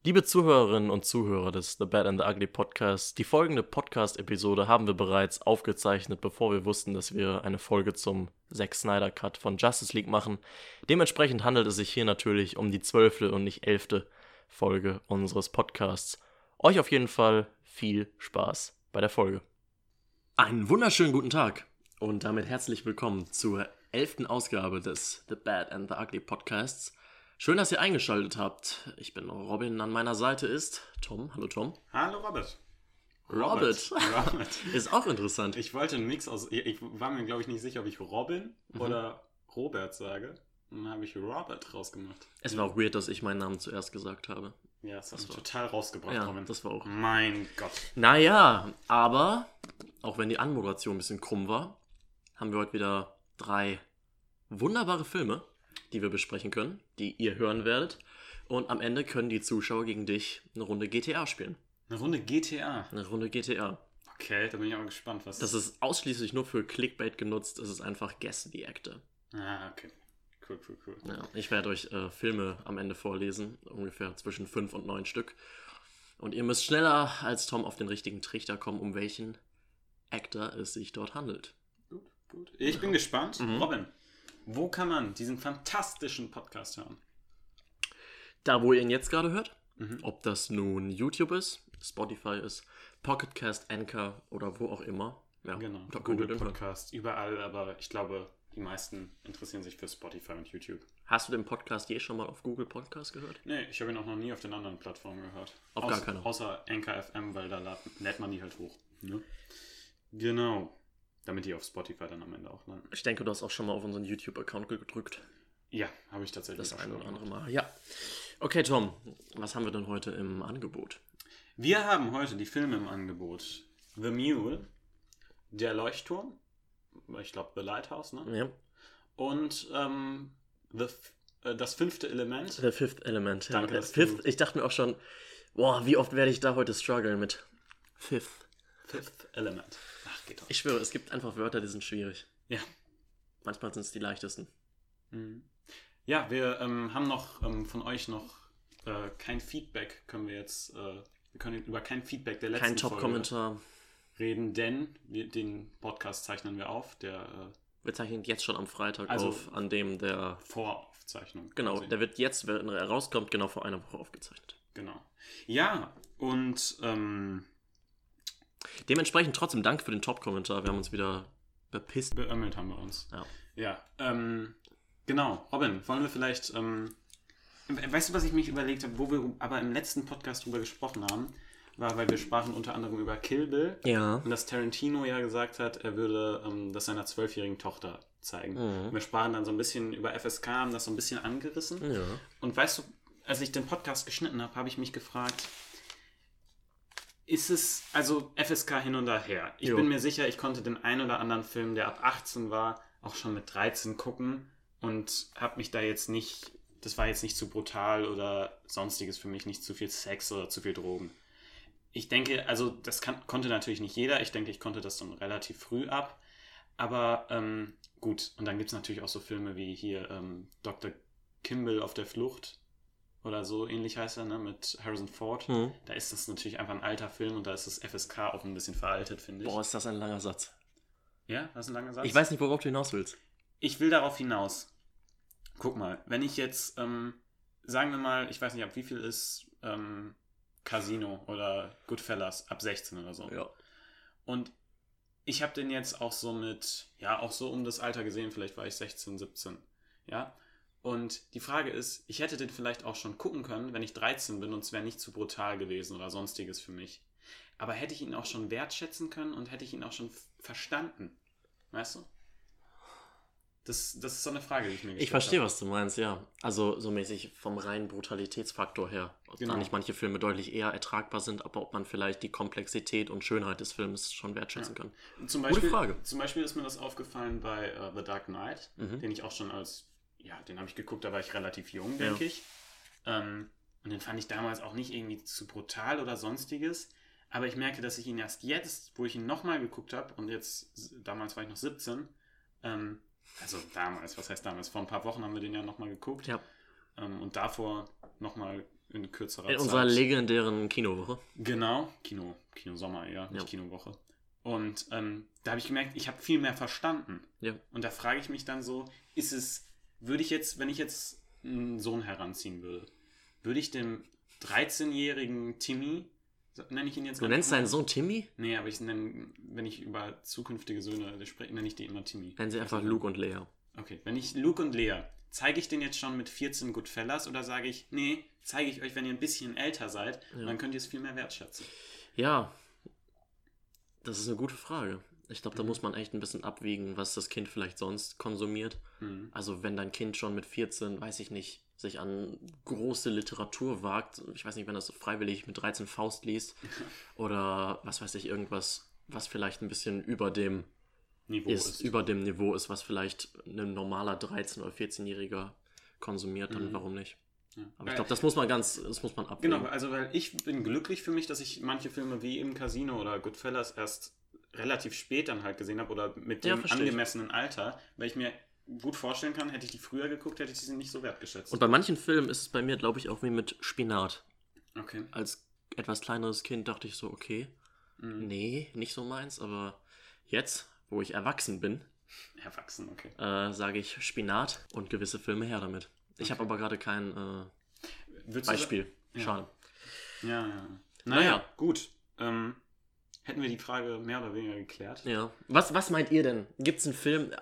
Liebe Zuhörerinnen und Zuhörer des The Bad and the Ugly Podcast, die folgende Podcast-Episode haben wir bereits aufgezeichnet, bevor wir wussten, dass wir eine Folge zum Zack Snyder Cut von Justice League machen. Dementsprechend handelt es sich hier natürlich um die 12. und nicht 11. Folge unseres Podcasts. Euch auf jeden Fall viel Spaß bei der Folge. Einen wunderschönen guten Tag und damit herzlich willkommen zur 11. Ausgabe des The Bad and the Ugly Podcasts. Schön, dass ihr eingeschaltet habt. Ich bin Robin, an meiner Seite ist Tom. Hallo Tom. Hallo Robert. Robert. Ist auch interessant. Ich wollte einen Mix aus... Ich war mir, glaube ich, nicht sicher, ob ich Robin oder Robert sage. Und dann habe ich Robert rausgemacht. Es war auch weird, dass ich meinen Namen zuerst gesagt habe. Ja, das hast du total rausgebracht, Ja, Robin. das war auch... Mein Gott. Naja, aber auch wenn die Anmoderation ein bisschen krumm war, haben wir heute wieder 3 wunderbare Filme, die wir besprechen können, die ihr hören werdet. Und am Ende können die Zuschauer gegen dich eine Runde GTA spielen. Eine Runde GTA? Eine Runde GTA. Okay, da bin ich auch gespannt, was... Das ist ausschließlich nur für Clickbait genutzt. Es ist einfach Guess the Actor. Ah, okay. Cool. Ja, ich werde euch Filme am Ende vorlesen, ungefähr zwischen 5 und 9 Stück. Und ihr müsst schneller als Tom auf den richtigen Trichter kommen, um welchen Actor es sich dort handelt. Gut. Ich bin gespannt. Robin, wo kann man diesen fantastischen Podcast hören? Da, wo ihr ihn jetzt gerade hört, ob das nun YouTube ist, Spotify ist, Pocketcast, Anchor oder wo auch immer. Ja, Genau, da könnt ihr Google den hören. Podcast, überall, aber ich glaube, die meisten interessieren sich für Spotify und YouTube. Hast du den Podcast je schon mal auf Google Podcast gehört? Nee, ich habe ihn auch noch nie auf den anderen Plattformen gehört. Auf gar keiner. Außer Anchor FM, weil da lädt man die halt hoch. Ne? Genau. Damit die auf Spotify dann am Ende auch landen. Ich denke, du hast auch schon mal auf unseren YouTube-Account gedrückt. Ja, habe ich tatsächlich Das auch eine schon oder andere gemacht. Mal. Ja. Okay, Tom, was haben wir denn heute im Angebot? Wir haben heute die Filme im Angebot. The Mule, Der Leuchtturm, ich glaube The Lighthouse, ne? Ja. Und das 5. Element. The Fifth Element. Ja. Danke, dass Fifth, du- ich dachte mir auch schon, boah, wie oft werde ich da heute strugglen mit Fifth. Fifth Element. Ach, geht doch. Ich schwöre, es gibt einfach Wörter, die sind schwierig. Ja. Manchmal sind es die leichtesten. Ja, wir haben noch von euch noch kein Feedback, wir können über kein Feedback der letzten Kein Folge Top-Kommentar. reden, denn den Podcast zeichnen wir auf, der Wir zeichnen jetzt schon am Freitag Also- auf, an dem der... Voraufzeichnung. Genau, quasi. der wird jetzt, wenn er rauskommt, genau vor einer Woche aufgezeichnet. Genau. Ja, und Dementsprechend trotzdem Dank für den Top-Kommentar. Wir haben uns wieder bepisst. beömmelt haben wir uns. Ja. Ja, genau. Robin, wollen wir vielleicht, weißt du, was ich mich überlegt habe, wo wir aber im letzten Podcast drüber gesprochen haben, war, weil wir sprachen unter anderem über Kill Bill. Ja. Und dass Tarantino ja gesagt hat, er würde das seiner 12-jährigen Tochter zeigen. Und wir sprachen dann so ein bisschen über FSK, haben das so ein bisschen angerissen. Ja. Und weißt du, als ich den Podcast geschnitten habe, habe ich mich gefragt, ist es, also FSK hin und her. Ich Jo. bin mir sicher, ich konnte den einen oder anderen Film, der ab 18 war, auch schon mit 13 gucken und habe mich da jetzt nicht, das war jetzt nicht zu brutal oder sonstiges für mich, nicht zu viel Sex oder zu viel Drogen. Ich denke, also das konnte natürlich nicht jeder. Ich denke, ich konnte das dann relativ früh ab. Aber gut, und dann gibt es natürlich auch so Filme wie hier Dr. Kimball auf der Flucht oder so ähnlich heißt er, ne, mit Harrison Ford. Da ist das natürlich einfach ein alter Film und da ist das FSK auch ein bisschen veraltet, finde ich. Boah, ist das ein langer Satz. Ja, das ist ein langer Satz. Ich weiß nicht, worauf du hinaus willst. Ich will darauf hinaus. Guck mal, wenn ich jetzt, sagen wir mal, ich weiß nicht, ab wie viel ist Casino oder Goodfellas, ab 16 oder so. Ja. Und ich habe den jetzt auch so mit, ja, auch so um das Alter gesehen, vielleicht war ich 16, 17, ja. Und die Frage ist, ich hätte den vielleicht auch schon gucken können, wenn ich 13 bin und es wäre nicht zu brutal gewesen oder sonstiges für mich. Aber hätte ich ihn auch schon wertschätzen können und hätte ich ihn auch schon verstanden, weißt du? Das ist so eine Frage, die ich mir gestellt Ich verstehe, habe. was du meinst, ja. Also so mäßig vom reinen Brutalitätsfaktor her. Ob Genau. da nicht manche Filme deutlich eher ertragbar sind, aber ob man vielleicht die Komplexität und Schönheit des Films schon wertschätzen kann. Zum Gute Beispiel, Frage. Zum Beispiel ist mir das aufgefallen bei The Dark Knight, den ich auch schon den habe ich geguckt, da war ich relativ jung, denke ich. Und den fand ich damals auch nicht irgendwie zu brutal oder sonstiges. Aber ich merke, dass ich ihn erst jetzt, wo ich ihn nochmal geguckt habe, und damals war ich noch 17, also damals, was heißt damals? Vor ein paar Wochen haben wir den ja nochmal geguckt. Ja. Und davor nochmal in kürzerer In Zeit. unserer legendären Kinowoche. Genau, Kino Sommer eher, nicht Kinowoche. Und da habe ich gemerkt, ich habe viel mehr verstanden. Ja. Und da frage ich mich dann so, würde ich jetzt, wenn ich jetzt einen Sohn heranziehen würde ich dem 13-jährigen Timmy, nenne ich ihn jetzt Du nennst deinen Sohn Timmy? Nee, aber wenn ich über zukünftige Söhne spreche, nenne ich die immer Timmy. Nennen sie einfach Luke und Lea. Okay, wenn ich Luke und Lea, zeige ich den jetzt schon mit 14 Goodfellas oder sage ich, nee, zeige ich euch, wenn ihr ein bisschen älter seid, und dann könnt ihr es viel mehr wertschätzen. Ja, das ist eine gute Frage. Ich glaube, da muss man echt ein bisschen abwiegen, was das Kind vielleicht sonst konsumiert. Also wenn dein Kind schon mit 14, weiß ich nicht, sich an große Literatur wagt, ich weiß nicht, wenn das so freiwillig mit 13 Faust liest oder was weiß ich, irgendwas, was vielleicht ein bisschen über dem Niveau ist, was vielleicht ein normaler 13- oder 14-Jähriger konsumiert, dann warum nicht? Ja. Aber ich glaube, das muss man abwägen. Genau, also weil ich bin glücklich für mich, dass ich manche Filme wie im Casino oder Goodfellas erst relativ spät dann halt gesehen habe oder mit dem angemessenen Alter, weil ich mir gut vorstellen kann, hätte ich die früher geguckt, hätte ich sie nicht so wertgeschätzt. Und bei manchen Filmen ist es bei mir, glaube ich, auch wie mit Spinat. Okay. Als etwas kleineres Kind dachte ich so, okay, nee, nicht so meins, aber jetzt, wo ich erwachsen bin, okay. Sage ich Spinat und gewisse Filme her damit. Ich habe aber gerade kein Beispiel. Schade. Ja. Naja, gut. Hätten wir die Frage mehr oder weniger geklärt. Ja. Was meint ihr denn? Gibt es einen Film...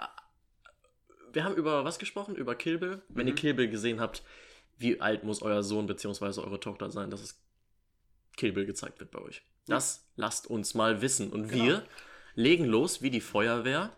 Wir haben über was gesprochen? Über Kill Bill? Wenn ihr Kill Bill gesehen habt, wie alt muss euer Sohn bzw. eure Tochter sein, dass es Kill Bill gezeigt wird bei euch? Das lasst uns mal wissen. Und wir legen los wie die Feuerwehr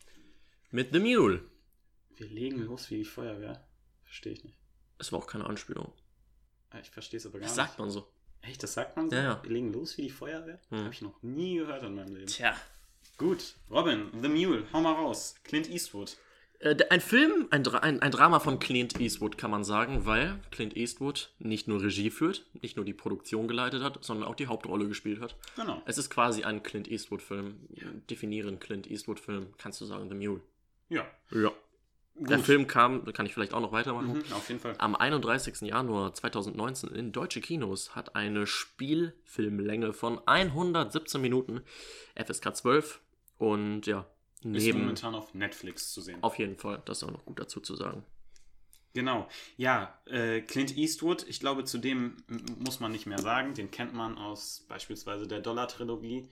mit The Mule. Wir legen los wie die Feuerwehr? Verstehe ich nicht. Es war auch keine Anspielung. Ich verstehe es aber gar nicht. Das sagt man so. Echt, das sagt man so? Ja. Wir legen los wie die Feuerwehr? Habe ich noch nie gehört in meinem Leben. Tja. Gut, Robin, The Mule, hau mal raus. Clint Eastwood. Ein Film, ein Drama von Clint Eastwood, kann man sagen, weil Clint Eastwood nicht nur Regie führt, nicht nur die Produktion geleitet hat, sondern auch die Hauptrolle gespielt hat. Genau. Es ist quasi ein Clint Eastwood-Film. Definieren Clint Eastwood-Film, kannst du sagen, The Mule. Ja. Gut. Der Film kam, da kann ich vielleicht auch noch weitermachen. Auf jeden Fall. Am 31. Januar 2019 in deutsche Kinos, hat eine Spielfilmlänge von 117 Minuten, FSK 12 und ja, ist momentan auf Netflix zu sehen. Auf jeden Fall, das ist auch noch gut dazu zu sagen. Genau, ja, Clint Eastwood, ich glaube, zu dem muss man nicht mehr sagen, den kennt man aus beispielsweise der Dollar-Trilogie.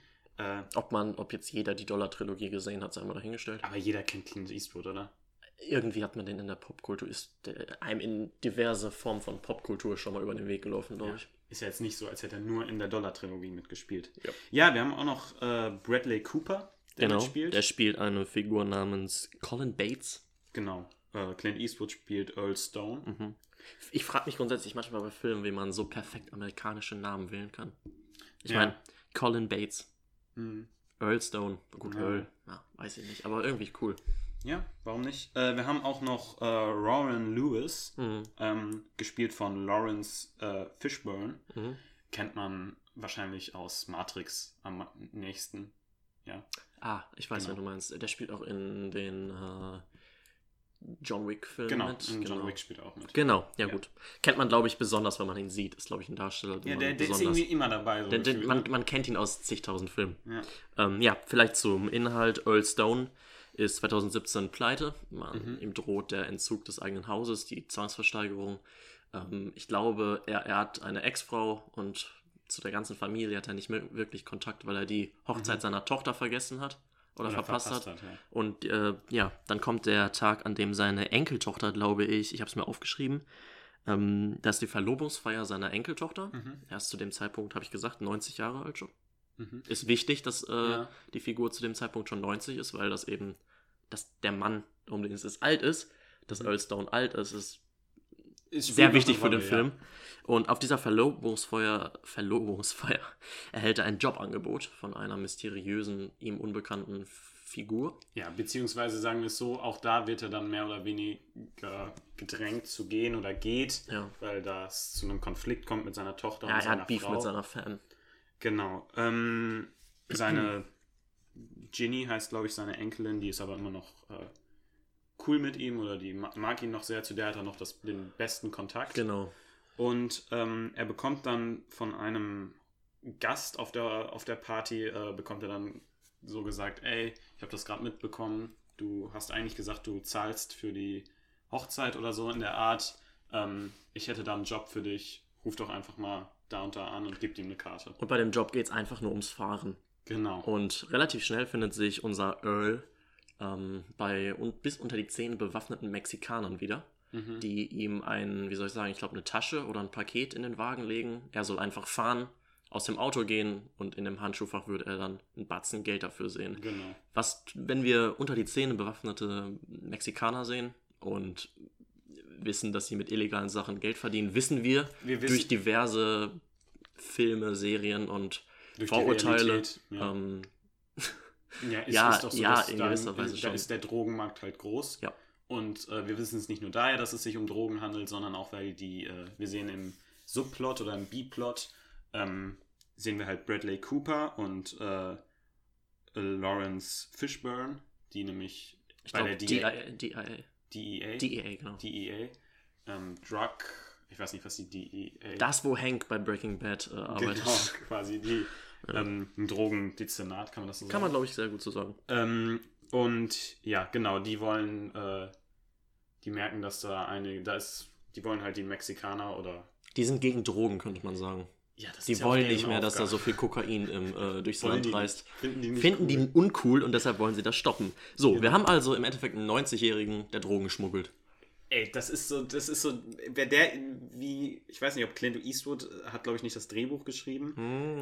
Ob jetzt jeder die Dollar-Trilogie gesehen hat, sei mal dahingestellt. Aber jeder kennt Clint Eastwood, oder? Irgendwie hat man den in der Popkultur, einem in diverse Formen von Popkultur schon mal über den Weg gelaufen, glaube ich. Ist ja jetzt nicht so, als hätte er nur in der Dollar-Trilogie mitgespielt. Ja, wir haben auch noch Bradley Cooper, der mitspielt. Der spielt eine Figur namens Colin Bates. Genau. Clint Eastwood spielt Earl Stone. Ich frage mich grundsätzlich manchmal bei Filmen, wie man so perfekt amerikanische Namen wählen kann. Ich meine, Colin Bates, Earl Stone, gut, Earl, weiß ich nicht, aber irgendwie cool. Ja, warum nicht? Wir haben auch noch Warren Lewis, gespielt von Lawrence Fishburne. Kennt man wahrscheinlich aus Matrix am nächsten. Ja. Ich weiß, wen du meinst. Der spielt auch in den John Wick-Filmen mit. John Wick spielt auch mit. Genau, ja gut. Kennt man, glaube ich, besonders, wenn man ihn sieht. Ist, glaube ich, ein Darsteller, der ist irgendwie immer dabei. So man kennt ihn aus zigtausend Filmen. Ja. Vielleicht zum Inhalt. Earl Stone ist 2017 pleite. Ihm droht der Entzug des eigenen Hauses, die Zwangsversteigerung. Ich glaube, er hat eine Ex-Frau und zu der ganzen Familie hat er nicht mehr wirklich Kontakt, weil er die Hochzeit seiner Tochter vergessen hat oder verpasst hat. Ja. Und dann kommt der Tag, an dem seine Enkeltochter, glaube ich habe es mir aufgeschrieben, das ist die Verlobungsfeier seiner Enkeltochter. Erst zu dem Zeitpunkt, habe ich gesagt, 90 Jahre alt schon. Ist wichtig, dass die Figur zu dem Zeitpunkt schon 90 ist, weil das eben, dass der Mann, um den es ist, alt ist, dass Earl Stone alt ist sehr wichtig für den Film. Und auf dieser Verlobungsfeier erhält er ein Jobangebot von einer mysteriösen, ihm unbekannten Figur. Ja, beziehungsweise sagen wir es so, auch da wird er dann mehr oder weniger gedrängt zu gehen oder geht, weil das zu einem Konflikt kommt mit seiner Tochter und seiner Frau. Er hat Beef mit seiner Fan. Genau. Seine Ginny heißt, glaube ich, seine Enkelin, die ist aber immer noch cool mit ihm oder die mag ihn noch sehr, zu der hat er noch den besten Kontakt. Genau. Und er bekommt dann von einem Gast auf der Party, bekommt er dann so gesagt, ey, ich habe das gerade mitbekommen, du hast eigentlich gesagt, du zahlst für die Hochzeit oder so in der Art. Ich hätte da einen Job für dich, ruf doch einfach mal da und da an und gib ihm eine Karte. Und bei dem Job geht es einfach nur ums Fahren. Genau. Und relativ schnell findet sich unser Earl bei bis unter die Zähne bewaffneten Mexikanern wieder, die ihm ich glaube eine Tasche oder ein Paket in den Wagen legen. Er soll einfach fahren, aus dem Auto gehen und in dem Handschuhfach würde er dann einen Batzen Geld dafür sehen. Genau. Was, wenn wir unter die Zähne bewaffnete Mexikaner sehen und wissen, dass sie mit illegalen Sachen Geld verdienen, wissen wir durch diverse Filme, Serien und durch Vorurteile. Ist doch so, dass in gewisser Weise da schon. ist der Drogenmarkt halt groß. Ja. Und wir wissen es nicht nur daher, dass es sich um Drogen handelt, sondern auch, weil wir sehen im Subplot oder im B-Plot, sehen wir halt Bradley Cooper und Lawrence Fishburne, die nämlich der DEA, genau. DEA, Drug, ich weiß nicht, was die DEA... Das, wo Hank bei Breaking Bad arbeitet. Genau, quasi ein Drogendezernat, kann man das so sagen? Kann man, glaube ich, sehr gut so sagen. Und ja, genau, die wollen, die merken, dass die wollen halt die Mexikaner oder... Die sind gegen Drogen, könnte man sagen. Ja, das die ist wollen ja nicht mehr, dass da so viel Kokain durchs Land reist. Finden die uncool und deshalb wollen sie das stoppen. So, genau. Wir haben also im Endeffekt einen 90-Jährigen, der Drogen schmuggelt. Ey, ich weiß nicht, ob Clint Eastwood hat, glaube ich, nicht das Drehbuch geschrieben.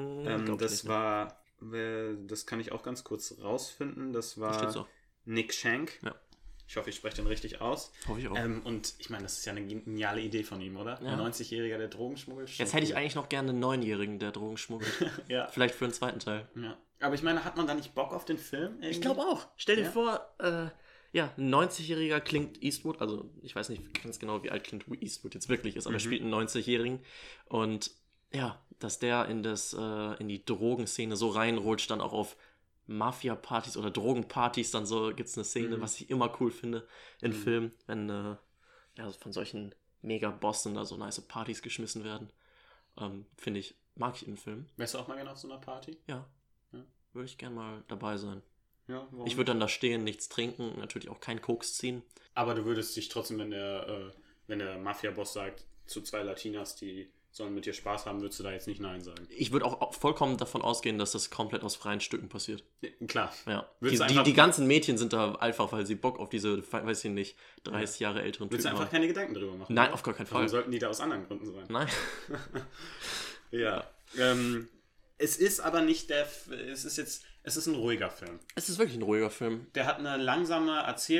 Das kann ich auch ganz kurz rausfinden. Das war Nick Schenk. Ja. Ich hoffe, ich spreche den richtig aus. Hoffe ich auch. Und ich meine, das ist ja eine geniale Idee von ihm, oder? Ja. Ein 90-Jähriger, der Drogen schmuggelt. Jetzt hätte ich eigentlich noch gerne einen 9-Jährigen, der Drogen schmuggelt. Ja. Vielleicht für einen zweiten Teil. Ja. Aber ich meine, hat man da nicht Bock auf den Film? Irgendwie? Ich glaube auch. Stell dir vor, ein 90-jähriger Clint Eastwood, also ich weiß nicht ganz genau, wie alt Clint Eastwood jetzt wirklich ist, aber er spielt einen 90-jährigen und ja, dass der in die Drogenszene so reinrutscht, dann auch auf Mafia-Partys oder Drogenpartys, dann so gibt es eine Szene, was ich immer cool finde in Filmen, wenn von solchen Mega-Bossen da so nice Partys geschmissen werden. Mag ich im Film. Wärst du auch mal gerne auf so einer Party? Ja. Würde ich gerne mal dabei sein. Ja, warum? Ich würde dann da stehen, nichts trinken, natürlich auch keinen Koks ziehen. Aber du würdest dich trotzdem, wenn der Mafia-Boss sagt, zu 2 Latinas, die sollen mit dir Spaß haben, würdest du da jetzt nicht Nein sagen? Ich würde auch vollkommen davon ausgehen, dass das komplett aus freien Stücken passiert. Klar. Ja. Die ganzen Mädchen sind da einfach, weil sie Bock auf diese, weiß ich nicht, 30 Jahre älteren Typen haben. Würdest du einfach keine Gedanken darüber machen? Nein, auf gar keinen Fall. Warum sollten die da aus anderen Gründen sein? Nein. Ja. Es ist aber nicht es ist ein ruhiger Film. Es ist wirklich ein ruhiger Film. Der hat eine langsame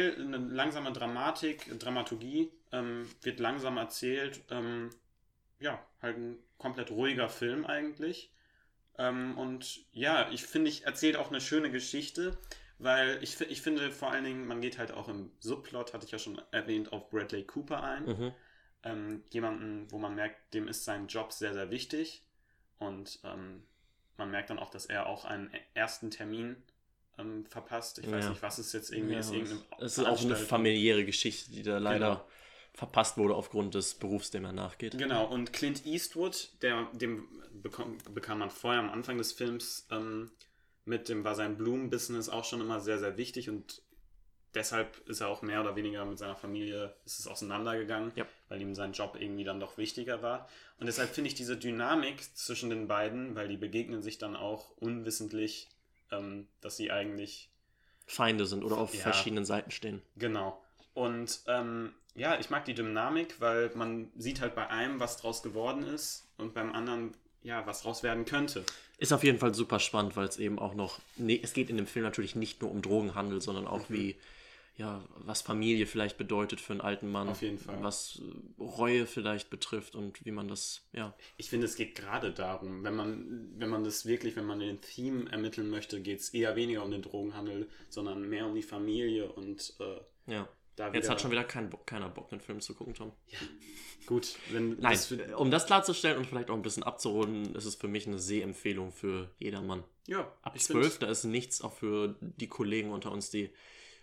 Dramaturgie, wird langsam erzählt. Halt ein komplett ruhiger Film eigentlich. Und ja, ich erzählt auch eine schöne Geschichte, weil ich finde vor allen Dingen, man geht halt auch im Subplot, hatte ich ja schon erwähnt, auf Bradley Cooper ein. Jemanden, wo man merkt, dem ist sein Job sehr, sehr wichtig. Und man merkt dann auch, dass er auch einen ersten Termin verpasst. Ich weiß nicht, was es jetzt irgendwie ist. Es ist auch eine familiäre Geschichte, die da leider verpasst wurde aufgrund des Berufs, dem er nachgeht. Genau, und Clint Eastwood, dem bekam man vorher am Anfang des Films war sein Blumenbusiness auch schon immer sehr, sehr wichtig und deshalb ist er auch mehr oder weniger mit seiner Familie auseinandergegangen, weil ihm sein Job irgendwie dann doch wichtiger war. Und deshalb finde ich diese Dynamik zwischen den beiden, weil die begegnen sich dann auch unwissentlich, dass sie eigentlich Feinde sind oder auf verschiedenen Seiten stehen. Genau. Und ich mag die Dynamik, weil man sieht halt bei einem, was draus geworden ist und beim anderen, was draus werden könnte. Ist auf jeden Fall super spannend, weil es eben auch noch, es geht in dem Film natürlich nicht nur um Drogenhandel, sondern auch was Familie vielleicht bedeutet für einen alten Mann. Auf jeden Fall. Was Reue vielleicht betrifft und wie man das, Ich finde, es geht gerade darum, wenn man den Theme ermitteln möchte, geht es eher weniger um den Drogenhandel, sondern mehr um die Familie und Jetzt hat schon wieder keiner Bock, den Film zu gucken, Tom. Ja, gut. Um das klarzustellen und vielleicht auch ein bisschen abzurunden, ist es für mich eine Sehempfehlung für jedermann. Ja. Ab 12, da ist nichts, auch für die Kollegen unter uns, die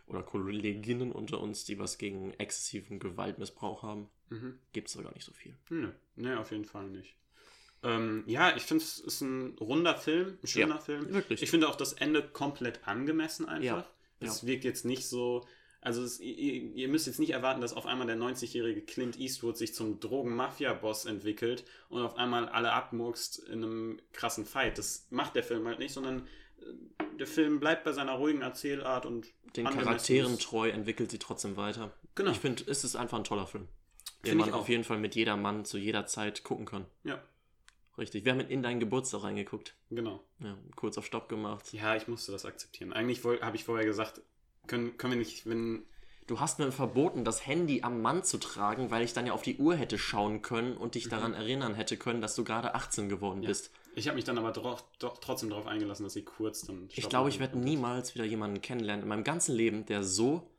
oder Kolleginnen unter uns, die was gegen exzessiven Gewaltmissbrauch haben. Gibt es da gar nicht so viel. Nee, auf jeden Fall nicht. Ja, ich finde, es ist ein runder Film, ein schöner Film. Wirklich. Ich finde auch das Ende komplett angemessen einfach. Ja. Es wirkt jetzt nicht so, also ihr müsst jetzt nicht erwarten, dass auf einmal der 90-jährige Clint Eastwood sich zum Drogen-Mafia-Boss entwickelt und auf einmal alle abmurkst in einem krassen Fight. Das macht der Film halt nicht, sondern der Film bleibt bei seiner ruhigen Erzählart und den Charakteren treu, entwickelt sie trotzdem weiter. Genau. Ich finde, es ist einfach ein toller Film, den man auf jeden Fall mit jedermann zu jeder Zeit gucken kann. Ja. Richtig. Wir haben in deinen Geburtstag reingeguckt. Genau. Ja, kurz auf Stopp gemacht. Ja, ich musste das akzeptieren. Eigentlich habe ich vorher gesagt, können wir nicht, wenn... Du hast mir verboten, das Handy am Mann zu tragen, weil ich dann ja auf die Uhr hätte schauen können und dich daran erinnern hätte können, dass du gerade 18 geworden bist. Ich habe mich dann aber trotzdem darauf eingelassen, dass sie kurz dann... Ich glaube, ich werde niemals wieder jemanden kennenlernen in meinem ganzen Leben, der so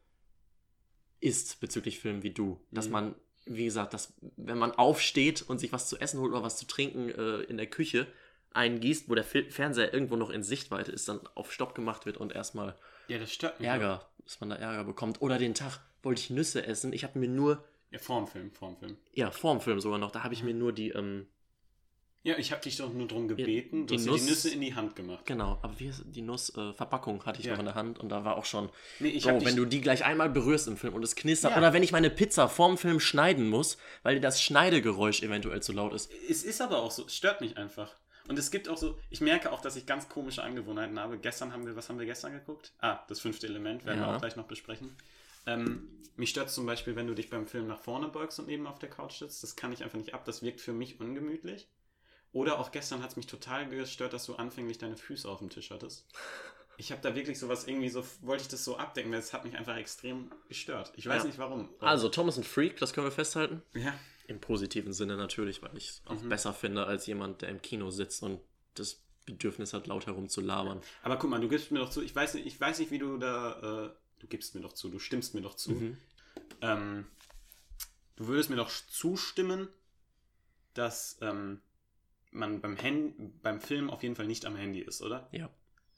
ist bezüglich Filmen wie du. Dass man, wie gesagt, dass, wenn man aufsteht und sich was zu essen holt oder was zu trinken in der Küche eingießt, wo der Fernseher irgendwo noch in Sichtweite ist, dann auf Stopp gemacht wird und erstmal das stört mich Ärger, dass man da Ärger bekommt. Oder den Tag wollte ich Nüsse essen. Ich habe mir nur... Ja, vorm Film. Ja, vorm Film sogar noch. Da habe ich mir nur die... Ja, ich habe dich doch nur darum gebeten, du hast dir die Nüsse in die Hand gemacht. Genau, aber die Nussverpackung hatte ich noch in der Hand und da war auch schon, Nee, wenn du die gleich einmal berührst im Film und es knistert, oder wenn ich meine Pizza vorm Film schneiden muss, weil dir das Schneidegeräusch eventuell zu laut ist. Es ist aber auch so, es stört mich einfach. Und es gibt auch so, ich merke auch, dass ich ganz komische Angewohnheiten habe. Was haben wir gestern geguckt? Das 5. Element, werden wir auch gleich noch besprechen. Mich stört zum Beispiel, wenn du dich beim Film nach vorne beugst und eben auf der Couch sitzt. Das kann ich einfach nicht ab, das wirkt für mich ungemütlich. Oder auch gestern hat es mich total gestört, dass du anfänglich deine Füße auf dem Tisch hattest. Ich habe da wirklich sowas wollte ich das so abdecken, weil es hat mich einfach extrem gestört. Ich weiß nicht warum. Also, Thomas ein Freak, das können wir festhalten. Ja. Im positiven Sinne natürlich, weil ich es auch besser finde als jemand, der im Kino sitzt und das Bedürfnis hat, laut herum zu labern. Aber guck mal, du gibst mir doch zu, ich weiß nicht, wie du da, du gibst mir doch zu, du stimmst mir doch zu. Du würdest mir doch zustimmen, dass man beim Film auf jeden Fall nicht am Handy ist, oder? Ja.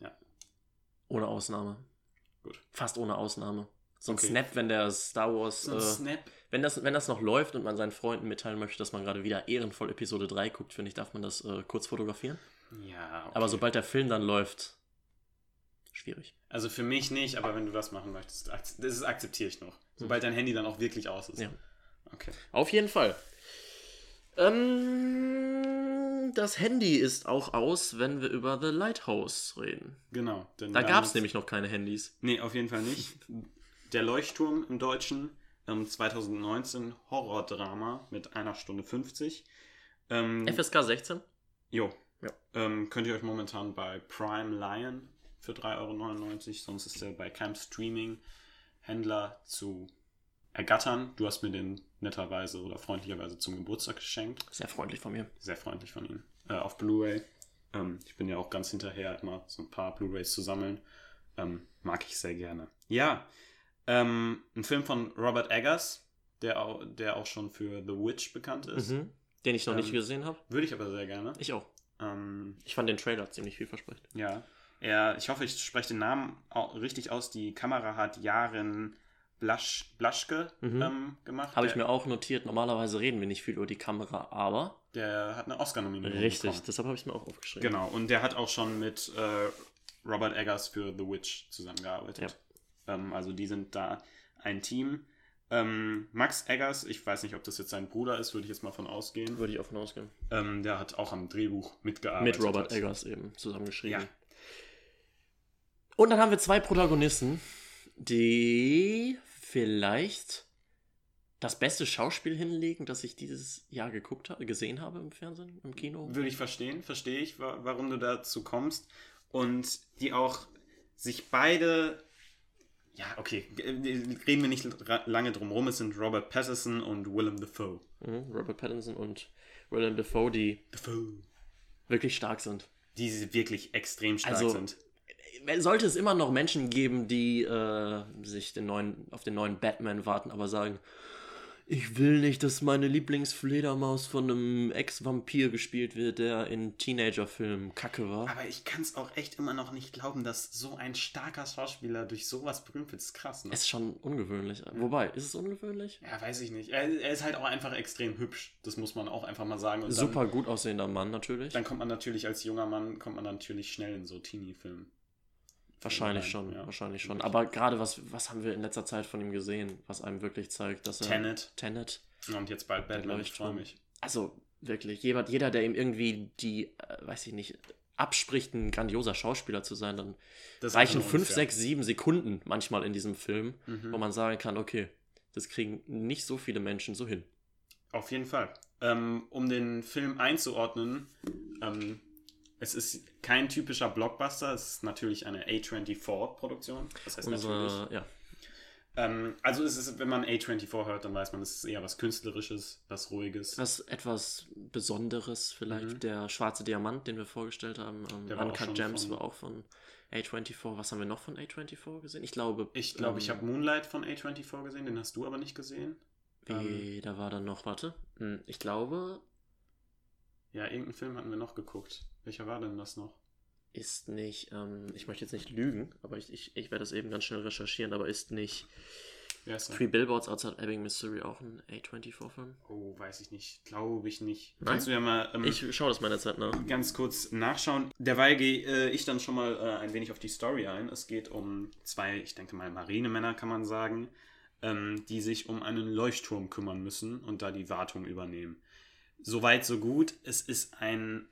Ohne Ausnahme. Gut. Fast ohne Ausnahme. So ein Snap, wenn der Star Wars... So ein Snap? Wenn das noch läuft und man seinen Freunden mitteilen möchte, dass man gerade wieder ehrenvoll Episode 3 guckt, finde ich, darf man das kurz fotografieren. Ja, okay. Aber sobald der Film dann läuft, schwierig. Also für mich nicht, aber wenn du das machen möchtest, das akzeptiere ich noch. Sobald dein Handy dann auch wirklich aus ist. Ja. Okay. Auf jeden Fall. Das Handy ist auch aus, wenn wir über The Lighthouse reden. Genau. Da gab es nämlich noch keine Handys. Nee, auf jeden Fall nicht. Der Leuchtturm im Deutschen, 2019, Horrordrama mit 1 Stunde 50. FSK 16? Jo. Ja. Könnt ihr euch momentan bei Prime leihen für 3,99 €. Sonst ist er bei keinem Streaming-Händler zu ergattern. Du hast mir den netterweise oder freundlicherweise zum Geburtstag geschenkt. Sehr freundlich von mir. Sehr freundlich von ihm. Auf Blu-ray. Ich bin ja auch ganz hinterher, immer so ein paar Blu-rays zu sammeln. Mag ich sehr gerne. Ja, ein Film von Robert Eggers, der auch schon für The Witch bekannt ist. Den ich noch nicht gesehen habe. Würde ich aber sehr gerne. Ich auch. Ich fand den Trailer ziemlich vielversprechend. Ja. Ich hoffe, ich spreche den Namen auch richtig aus. Die Kamera hat Jaren Blaschke gemacht. Habe ich mir auch notiert. Normalerweise reden wir nicht viel über die Kamera, aber... Der hat eine Oscar-Nominierung bekommen. Deshalb habe ich es mir auch aufgeschrieben. Genau, und der hat auch schon mit Robert Eggers für The Witch zusammengearbeitet. Ja. Also die sind da ein Team. Max Eggers, ich weiß nicht, ob das jetzt sein Bruder ist, würde ich jetzt mal von ausgehen. Würde ich auch von ausgehen. Der hat auch am Drehbuch mitgearbeitet. Mit Robert Eggers eben zusammengeschrieben. Ja. Und dann haben wir 2 Protagonisten, die vielleicht das beste Schauspiel hinlegen, das ich dieses Jahr gesehen habe im Fernsehen, im Kino. Verstehe ich, warum du dazu kommst. Und die auch sich beide... Ja, okay, reden wir nicht lange drum rum. Es sind Robert Pattinson und Willem Dafoe. Robert Pattinson und Willem Dafoe, die wirklich stark sind. Die wirklich extrem stark sind. Sollte es immer noch Menschen geben, die sich auf den neuen Batman warten, aber sagen, Ich will nicht, dass meine Lieblingsfledermaus von einem Ex-Vampir gespielt wird, der in Teenager-Filmen Kacke war. Aber ich kann es auch echt immer noch nicht glauben, dass so ein starker Schauspieler durch sowas berühmt wird. Das ist krass, ne? Es ist schon ungewöhnlich. Wobei, ist es ungewöhnlich? Ja, weiß ich nicht. Er ist halt auch einfach extrem hübsch. Das muss man auch einfach mal sagen. Und Super gut aussehender Mann natürlich. Dann kommt man natürlich als junger Mann, natürlich schnell in so Teenie-Filme. Wahrscheinlich schon. Aber gerade was haben wir in letzter Zeit von ihm gesehen, was einem wirklich zeigt, dass er... Tenet. Und jetzt bald Batman, ich freue mich. Also wirklich, jeder, der ihm irgendwie weiß ich nicht, abspricht, ein grandioser Schauspieler zu sein, dann reichen 5, 6, 7 Sekunden manchmal in diesem Film, wo man sagen kann, okay, das kriegen nicht so viele Menschen so hin. Auf jeden Fall. Um den Film einzuordnen, es ist kein typischer Blockbuster, es ist natürlich eine A24-Produktion. Das heißt natürlich. Ja. Also es ist, wenn man A24 hört, dann weiß man, es ist eher was Künstlerisches, was Ruhiges. Was etwas Besonderes vielleicht. Der schwarze Diamant, den wir vorgestellt haben, Uncut Gems war auch von A24. Was haben wir noch von A24 gesehen? Ich glaube, ich habe Moonlight von A24 gesehen, den hast du aber nicht gesehen. Da war dann noch, ich glaube... Ja, irgendeinen Film hatten wir noch geguckt. Welcher war denn das noch? Ist nicht, ich möchte jetzt nicht lügen, aber ich werde das eben ganz schnell recherchieren, aber ist nicht Three Billboards Outside Ebbing, Missouri auch ein A24-Film? Oh, weiß ich nicht. Glaube ich nicht. Nein? Kannst du ja mal... ich schaue das meiner Zeit nach. Ganz kurz nachschauen. Derweil gehe ich dann schon mal ein wenig auf die Story ein. Es geht um 2, ich denke mal Marinemänner, kann man sagen, die sich um einen Leuchtturm kümmern müssen und da die Wartung übernehmen. Soweit, so gut. Es ist ein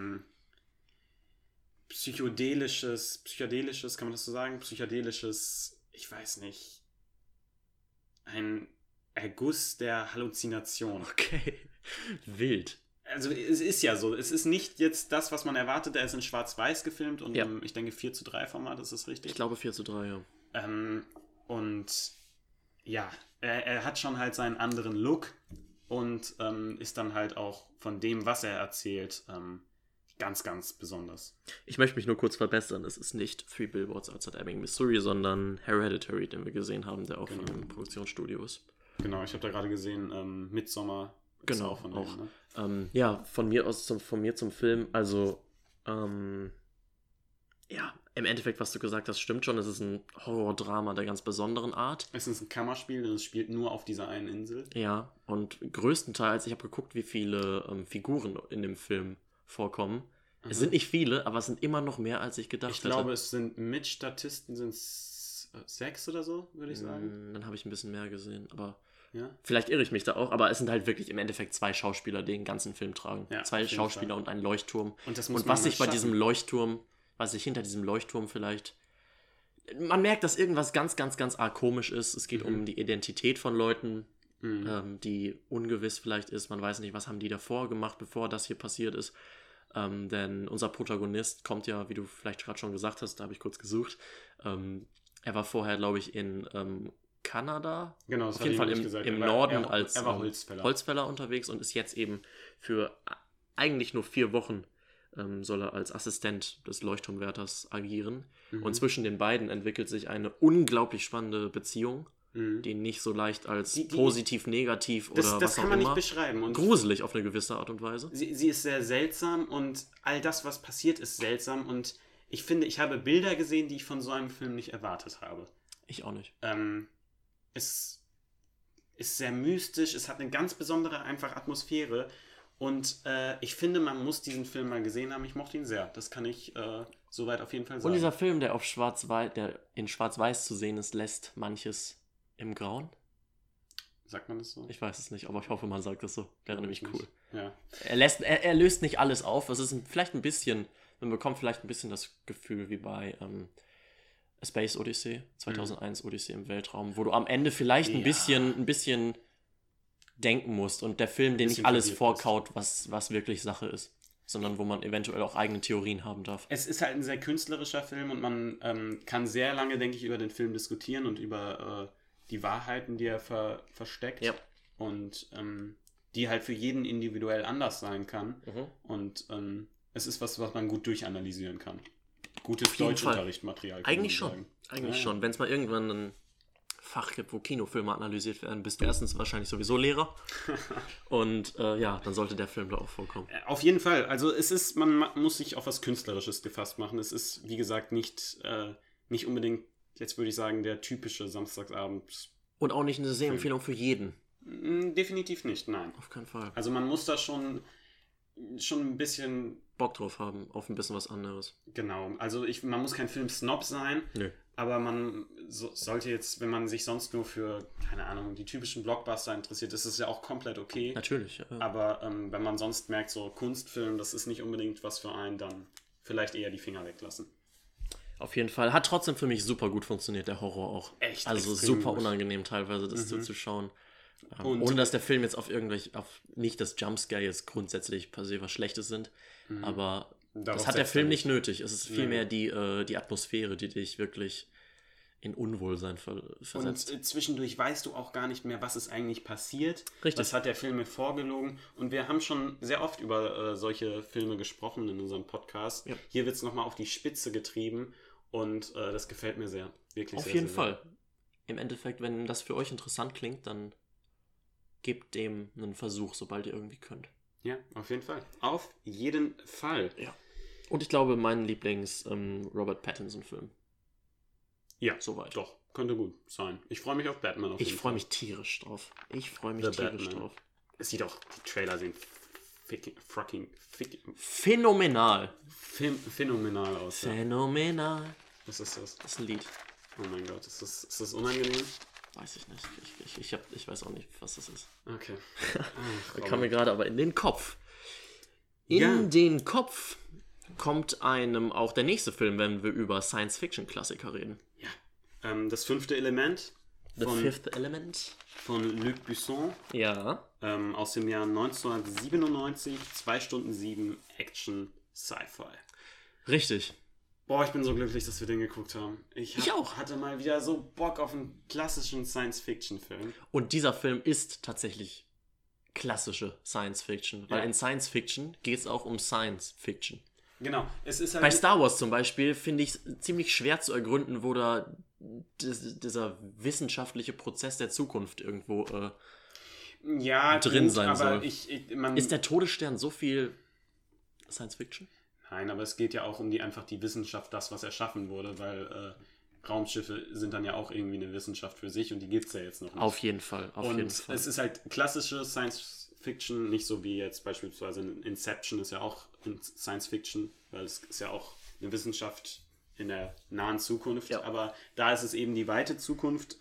psychedelisches, kann man das so sagen? Psychedelisches, ich weiß nicht, ein Erguss der Halluzination. Okay, wild. Also es ist ja so, es ist nicht jetzt das, was man erwartet, er ist in Schwarz-Weiß gefilmt und im, ich denke 4:3 Format, ist das richtig? Ich glaube 4:3, ja. Und ja, er hat schon halt seinen anderen Look und ist dann halt auch von dem, was er erzählt, ganz, ganz besonders. Ich möchte mich nur kurz verbessern. Es ist nicht Three Billboards Outside Ebbing, Missouri, sondern Hereditary, den wir gesehen haben, der auch von einem Produktionsstudio ist. Genau, ich habe da gerade gesehen, Midsommar ist auch von denen, ne? Ja, von mir zum Film. Also, ja, im Endeffekt, was du gesagt hast, stimmt schon. Es ist ein Horror-Drama der ganz besonderen Art. Es ist ein Kammerspiel und es spielt nur auf dieser einen Insel. Ja, und größtenteils, ich habe geguckt, wie viele Figuren in dem Film vorkommen. Es sind nicht viele, aber es sind immer noch mehr, als ich gedacht hätte. Ich glaube, es sind mit Statisten 6 oder so, würde ich sagen. Dann habe ich ein bisschen mehr gesehen, aber ja? Vielleicht irre ich mich da auch, aber es sind halt wirklich im Endeffekt 2 Schauspieler, die den ganzen Film tragen. Ja, 2 Schauspieler und ein Leuchtturm. Und was sich bei diesem Leuchtturm, was sich hinter diesem Leuchtturm vielleicht... Man merkt, dass irgendwas ganz, ganz, ganz arg komisch ist. Es geht um die Identität von Leuten, die ungewiss vielleicht ist. Man weiß nicht, was haben die davor gemacht, bevor das hier passiert ist. Denn unser Protagonist kommt ja, wie du vielleicht gerade schon gesagt hast, da habe ich kurz gesucht. Er war vorher, glaube ich, in Kanada. Genau, das auf jeden Fall im Norden als er war Holzfäller. Holzfäller unterwegs und ist jetzt eben für eigentlich nur 4 Wochen soll er als Assistent des Leuchtturmwärters agieren. Und zwischen den beiden entwickelt sich eine unglaublich spannende Beziehung, die nicht so leicht als positiv, negativ oder was auch immer. Das kann man nicht beschreiben. Und gruselig auf eine gewisse Art und Weise. Sie ist sehr seltsam und all das, was passiert, ist seltsam. Und ich finde, ich habe Bilder gesehen, die ich von so einem Film nicht erwartet habe. Ich auch nicht. Es ist sehr mystisch, es hat eine ganz besondere einfach Atmosphäre. Und ich finde, man muss diesen Film mal gesehen haben. Ich mochte ihn sehr. Das kann ich soweit auf jeden Fall sagen. Und dieser Film, der in Schwarz-Weiß zu sehen ist, lässt manches im Grauen. Sagt man das so? Ich weiß es nicht, aber ich hoffe, man sagt das so. Wäre nämlich cool. Ja. Er löst nicht alles auf. Es ist vielleicht ein bisschen, man bekommt vielleicht ein bisschen das Gefühl wie bei A Space Odyssey, 2001 Odyssey im Weltraum, wo du am Ende vielleicht ein bisschen denken musst und der Film dir nicht alles vorkaut, was wirklich Sache ist, sondern wo man eventuell auch eigene Theorien haben darf. Es ist halt ein sehr künstlerischer Film und man kann sehr lange, denke ich, über den Film diskutieren und über die Wahrheiten, die er versteckt und die halt für jeden individuell anders sein kann. Und es ist was man gut durchanalysieren kann. Gutes Deutschunterrichtmaterial. Eigentlich schon. Wenn es mal irgendwann einen Fach gibt, wo Kinofilme analysiert werden, bist du erstens wahrscheinlich sowieso Lehrer. Und dann sollte der Film da auch vorkommen. Auf jeden Fall. Also man muss sich auf was Künstlerisches gefasst machen. Es ist, wie gesagt, nicht unbedingt, jetzt würde ich sagen, der typische Samstagsabend. Und auch nicht eine Sehempfehlung für jeden. Definitiv nicht, nein. Auf keinen Fall. Also man muss da schon ein bisschen Bock drauf haben, auf ein bisschen was anderes. Genau. Also man muss kein Film-Snob sein. Nö. Aber man sollte jetzt, wenn man sich sonst nur für, keine Ahnung, die typischen Blockbuster interessiert, ist es ja auch komplett okay. Natürlich, ja. Aber wenn man sonst merkt, so Kunstfilm, das ist nicht unbedingt was für einen, dann vielleicht eher die Finger weglassen. Auf jeden Fall. Hat trotzdem für mich super gut funktioniert, der Horror auch. Echt? Also super unangenehm teilweise, das zuzuschauen. Ohne dass der Film jetzt nicht das Jumpscare jetzt grundsätzlich per se was Schlechtes sind, aber das hat der Film nicht nötig. Es ist vielmehr die Atmosphäre, die dich wirklich in Unwohlsein versetzt. Und zwischendurch weißt du auch gar nicht mehr, was ist eigentlich passiert. Richtig. Was hat der Film mir vorgelogen? Und wir haben schon sehr oft über solche Filme gesprochen in unserem Podcast. Ja. Hier wird es nochmal auf die Spitze getrieben und das gefällt mir sehr. Wirklich auf jeden Fall. Im Endeffekt, wenn das für euch interessant klingt, dann gebt dem einen Versuch, sobald ihr irgendwie könnt. Ja, auf jeden Fall. Auf jeden Fall. Ja. Und ich glaube, mein Lieblings-Robert Pattinson-Film. Ja, soweit. Doch, könnte gut sein. Ich freue mich auf Batman auf jeden Fall. Ich freue mich tierisch drauf. Es sieht auch, die Trailer sehen phänomenal. Phänomenal aus. Phänomenal. Was ist das? Das ist ein Lied. Oh mein Gott, ist das unangenehm? Weiß ich nicht. Ich weiß auch nicht, was das ist. Okay. Da kam mir gerade aber in den Kopf. In den Kopf kommt einem auch der nächste Film, wenn wir über Science-Fiction-Klassiker reden. Ja. Das fünfte Element. The Fifth Element. Von Luc Besson. Ja. Aus dem Jahr 1997. 2 Stunden 7 Action Sci-Fi. Richtig. Boah, ich bin so glücklich, dass wir den geguckt haben. Ich auch. Hatte mal wieder so Bock auf einen klassischen Science-Fiction-Film. Und dieser Film ist tatsächlich klassische Science-Fiction. Weil in Science-Fiction geht es auch um Science-Fiction. Genau. Es ist halt bei Star Wars zum Beispiel finde ich es ziemlich schwer zu ergründen, wo da dieser wissenschaftliche Prozess der Zukunft irgendwo drin sein soll. Ist der Todesstern so viel Science-Fiction? Nein, aber es geht ja auch um einfach die Wissenschaft, das, was erschaffen wurde, weil Raumschiffe sind dann ja auch irgendwie eine Wissenschaft für sich und die gibt es ja jetzt noch nicht. Auf jeden Fall. Es ist halt klassische Science-Fiction, nicht so wie jetzt beispielsweise Inception ist ja auch Science-Fiction, weil es ist ja auch eine Wissenschaft in der nahen Zukunft, aber da ist es eben die weite Zukunft.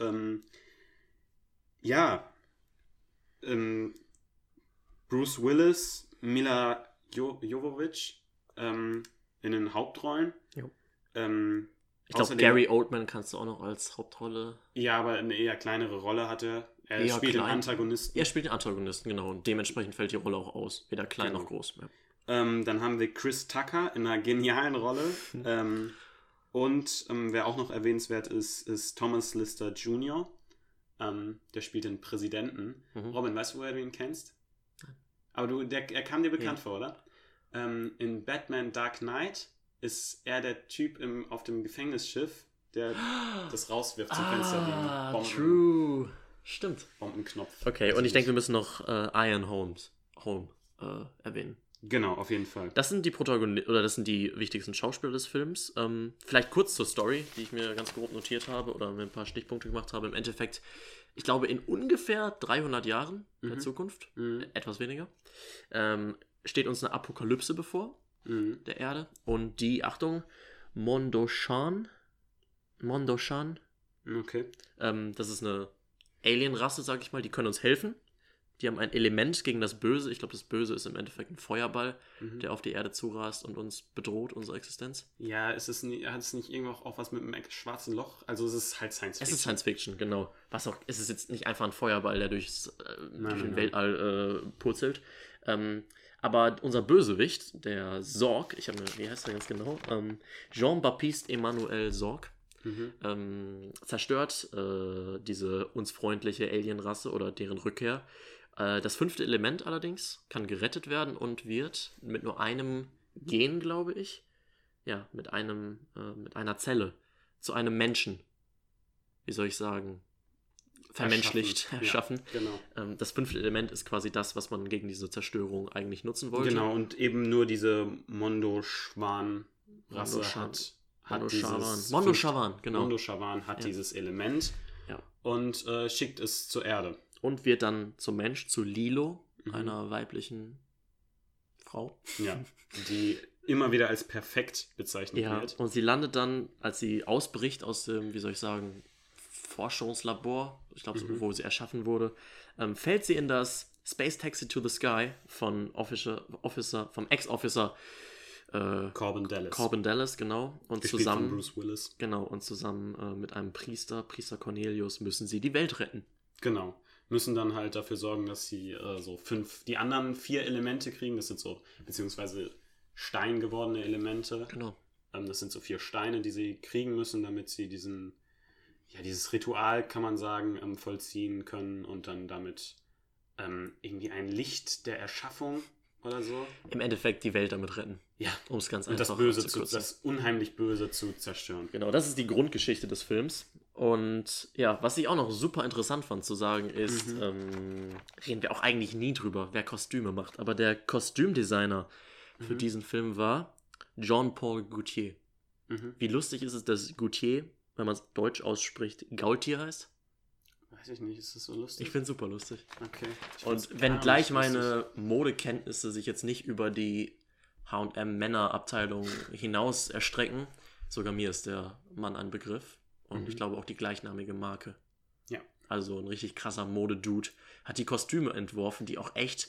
Bruce Willis, Mila Jovovich in den Hauptrollen. Ich glaube, Gary Oldman kannst du auch noch als Hauptrolle. Ja, aber eine eher kleinere Rolle hatte. Er spielt den Antagonisten. Er spielt den Antagonisten, genau. Und dementsprechend fällt die Rolle auch aus. Weder klein noch groß mehr. Dann haben wir Chris Tucker in einer genialen Rolle. Und wer auch noch erwähnenswert ist Thomas Lister Jr. Der spielt den Präsidenten. Robin, weißt du, woher du ihn kennst? Nein. Aber er kam dir bekannt vor, oder? In Batman Dark Knight ist er der Typ auf dem Gefängnisschiff, der das rauswirft zum Fenster wegen Bomben. True. Stimmt. Bombenknopf. Okay, und ich denke, wir müssen noch Ian Holm erwähnen. Genau, auf jeden Fall. Das sind die das sind die wichtigsten Schauspieler des Films. Vielleicht kurz zur Story, die ich mir ganz grob notiert habe oder mir ein paar Stichpunkte gemacht habe. Im Endeffekt, ich glaube, in ungefähr 300 Jahren der Zukunft, etwas weniger, steht uns eine Apokalypse bevor, der Erde. Und die, Achtung, Mondoshan. Okay. Das ist eine Alien-Rasse, sag ich mal, die können uns helfen. Die haben ein Element gegen das Böse. Ich glaube, das Böse ist im Endeffekt ein Feuerball, der auf die Erde zurast und uns bedroht, unsere Existenz. Ja, hat es nicht irgendwo auch was mit einem schwarzen Loch? Also es ist halt Science-Fiction. Es ist Science-Fiction, genau. Es ist jetzt nicht einfach ein Feuerball, der durch den Weltall purzelt. Aber unser Bösewicht, der Sorg, wie heißt der ganz genau? Jean-Baptiste Emmanuel Sorg, zerstört diese uns freundliche Alien-Rasse oder deren Rückkehr. Das 5. Element allerdings kann gerettet werden und wird mit nur einem Gen, glaube ich, mit einer Zelle zu einem Menschen, wie soll ich sagen, vermenschlicht erschaffen. Ja, genau. Das 5. Element ist quasi das, was man gegen diese Zerstörung eigentlich nutzen wollte. Genau, und eben nur diese Mondo-Schwan-Rasse Mondo-Schawan hat dieses Element und schickt es zur Erde. Und wird dann zum Mensch, zu Lilo, einer weiblichen Frau. Ja, die immer wieder als perfekt bezeichnet wird. Und sie landet dann, als sie ausbricht aus dem, wie soll ich sagen, Forschungslabor, ich glaube, wo sie erschaffen wurde, fällt sie in das Space Taxi to the Sky vom Ex-Officer Corbin Dallas, genau. Und gespielt zusammen, von Bruce Willis. Genau, und zusammen mit einem Priester Cornelius, müssen sie die Welt retten. Genau. Müssen dann halt dafür sorgen, dass sie die anderen 4 Elemente kriegen. Das sind so, beziehungsweise Stein gewordene Elemente. Genau. Das sind so 4 Steine, die sie kriegen müssen, damit sie dieses Ritual, kann man sagen, vollziehen können und dann damit irgendwie ein Licht der Erschaffung oder so. Im Endeffekt die Welt damit retten. Ja. Um es ganz und einfach das unheimlich Böse zu zerstören. Genau, das ist die Grundgeschichte des Films. Und ja, was ich auch noch super interessant fand zu sagen ist, reden wir auch eigentlich nie drüber, wer Kostüme macht. Aber der Kostümdesigner für diesen Film war Jean-Paul Gaultier. Wie lustig ist es, dass Gaultier, wenn man es deutsch ausspricht, Gaultier heißt? Weiß ich nicht, ist das so lustig? Ich finde es super lustig. Okay. Und wenn gleich meine Modekenntnisse sich jetzt nicht über die H&M Männerabteilung hinaus erstrecken, sogar mir ist der Mann ein Begriff. Und ich glaube auch die gleichnamige Marke. Ja. Also ein richtig krasser Modedude hat die Kostüme entworfen, die auch echt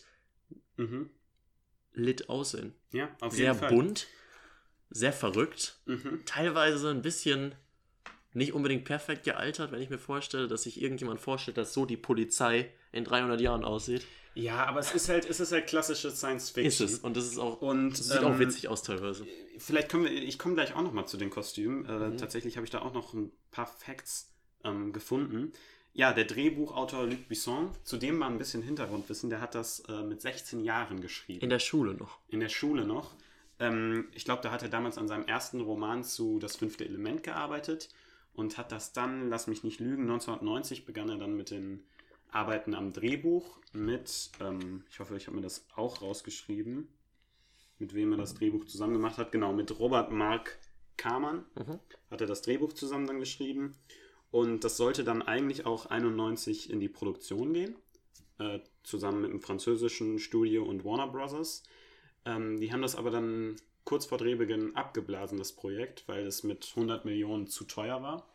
lit aussehen. Ja, auf jeden Fall. Sehr bunt, sehr verrückt, teilweise ein bisschen nicht unbedingt perfekt gealtert, wenn ich mir vorstelle, dass sich irgendjemand vorstellt, dass so die Polizei in 300 Jahren aussieht. Ja, aber es ist halt klassische Science Fiction. Ist es. Und das ist auch, das sieht auch witzig aus teilweise. Vielleicht ich komme gleich auch nochmal zu den Kostümen. Tatsächlich habe ich da auch noch ein paar Facts gefunden. Ja, der Drehbuchautor Luc Besson, zu dem mal ein bisschen Hintergrundwissen, der hat das mit 16 Jahren geschrieben. In der Schule noch. In der Schule noch. Ich glaube, da hat er damals an seinem ersten Roman zu Das 5. Element gearbeitet und hat das dann, lass mich nicht lügen, 1990 begann er dann mit den Arbeiten am Drehbuch mit, ich hoffe, ich habe mir das auch rausgeschrieben, mit wem er das Drehbuch zusammen gemacht hat. Genau, mit Robert Mark Kamen hat er das Drehbuch zusammen dann geschrieben. Und das sollte dann eigentlich auch 91 in die Produktion gehen, zusammen mit dem französischen Studio und Warner Brothers. Die haben das aber dann kurz vor Drehbeginn abgeblasen, das Projekt, weil es mit 100 Millionen zu teuer war.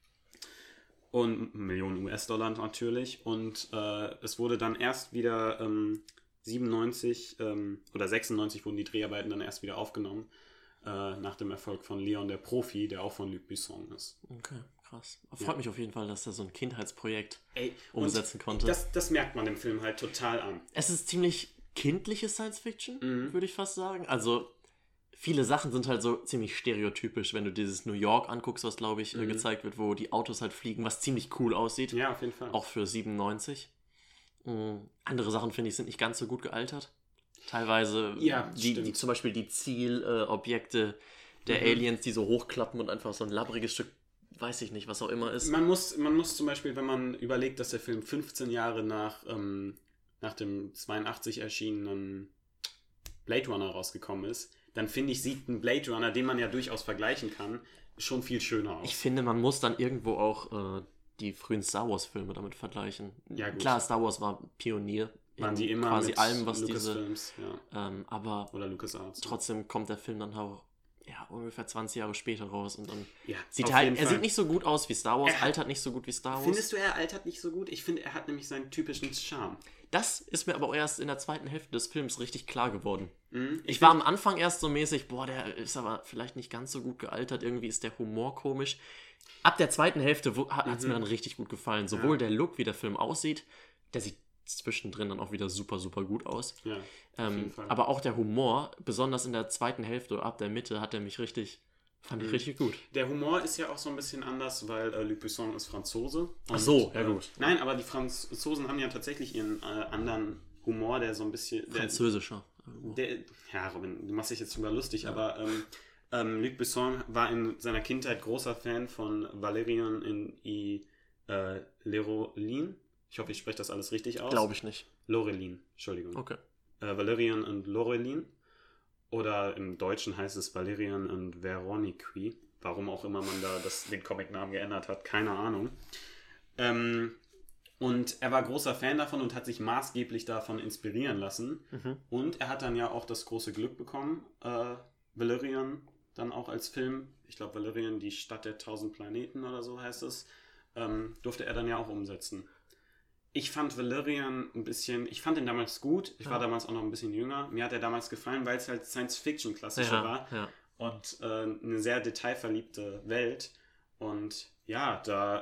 Und Millionen US-Dollar natürlich. Und es wurde dann erst wieder 97 oder 96 wurden die Dreharbeiten dann erst wieder aufgenommen, nach dem Erfolg von Leon der Profi, der auch von Luc Besson ist. Okay, krass. Freut mich auf jeden Fall, dass er so ein Kindheitsprojekt umsetzen konnte. Das merkt man im Film halt total an. Es ist ziemlich kindliche Science-Fiction, würde ich fast sagen. Also viele Sachen sind halt so ziemlich stereotypisch, wenn du dieses New York anguckst, was glaube ich gezeigt wird, wo die Autos halt fliegen, was ziemlich cool aussieht. Ja, auf jeden Fall. Auch für 97. Andere Sachen, finde ich, sind nicht ganz so gut gealtert. Teilweise die zum Beispiel die Zielobjekte der Aliens, die so hochklappen und einfach so ein labbriges Stück, weiß ich nicht, was auch immer ist. Man muss zum Beispiel, wenn man überlegt, dass der Film 15 Jahre nach dem 82 erschienenen Blade Runner rausgekommen ist, dann finde ich, sieht ein Blade Runner, den man ja durchaus vergleichen kann, schon viel schöner aus. Ich finde, man muss dann irgendwo auch die frühen Star Wars Filme damit vergleichen. Ja, gut. Klar, Star Wars war Pionier waren die immer quasi mit allem, was Lucasfilms, aber oder LucasArts. Trotzdem kommt der Film dann auch ungefähr 20 Jahre später raus und dann sieht sieht nicht so gut aus wie Star Wars, altert nicht so gut wie Star Wars. Findest du, er altert nicht so gut? Ich finde, er hat nämlich seinen typischen Charme. Das ist mir aber auch erst in der zweiten Hälfte des Films richtig klar geworden. Ich war am Anfang erst so mäßig, der ist aber vielleicht nicht ganz so gut gealtert, irgendwie ist der Humor komisch. Ab der zweiten Hälfte hat es mir dann richtig gut gefallen. Sowohl der Look, wie der Film aussieht, der sieht zwischendrin dann auch wieder super, super gut aus. Ja, auf jeden Fall. Aber auch der Humor, besonders in der zweiten Hälfte oder ab der Mitte, hat er mich fand ich richtig gut. Der Humor ist ja auch so ein bisschen anders, weil Luc Besson ist Franzose. Ach so, ja gut. Nein, aber die Franzosen haben ja tatsächlich ihren anderen Humor, der so ein bisschen... Französischer. Robin, du machst dich jetzt drüber lustig, aber Luc Besson war in seiner Kindheit großer Fan von Valerian Lerolin. Ich hoffe, ich spreche das alles richtig aus. Glaube ich nicht. Lorelin, Entschuldigung. Okay. Valerian und Lorelin. Oder im Deutschen heißt es Valerian und Veronique. Warum auch immer man da den Comicnamen geändert hat, keine Ahnung. Und er war großer Fan davon und hat sich maßgeblich davon inspirieren lassen. Und er hat dann ja auch das große Glück bekommen, Valerian dann auch als Film, ich glaube Valerian, die Stadt der 1000 Planeten oder so heißt es, durfte er dann ja auch umsetzen. Ich fand Valerian ich fand ihn damals gut, ich war damals auch noch ein bisschen jünger, mir hat er damals gefallen, weil es halt Science-Fiction-Klassischer war und eine sehr detailverliebte Welt und ja, da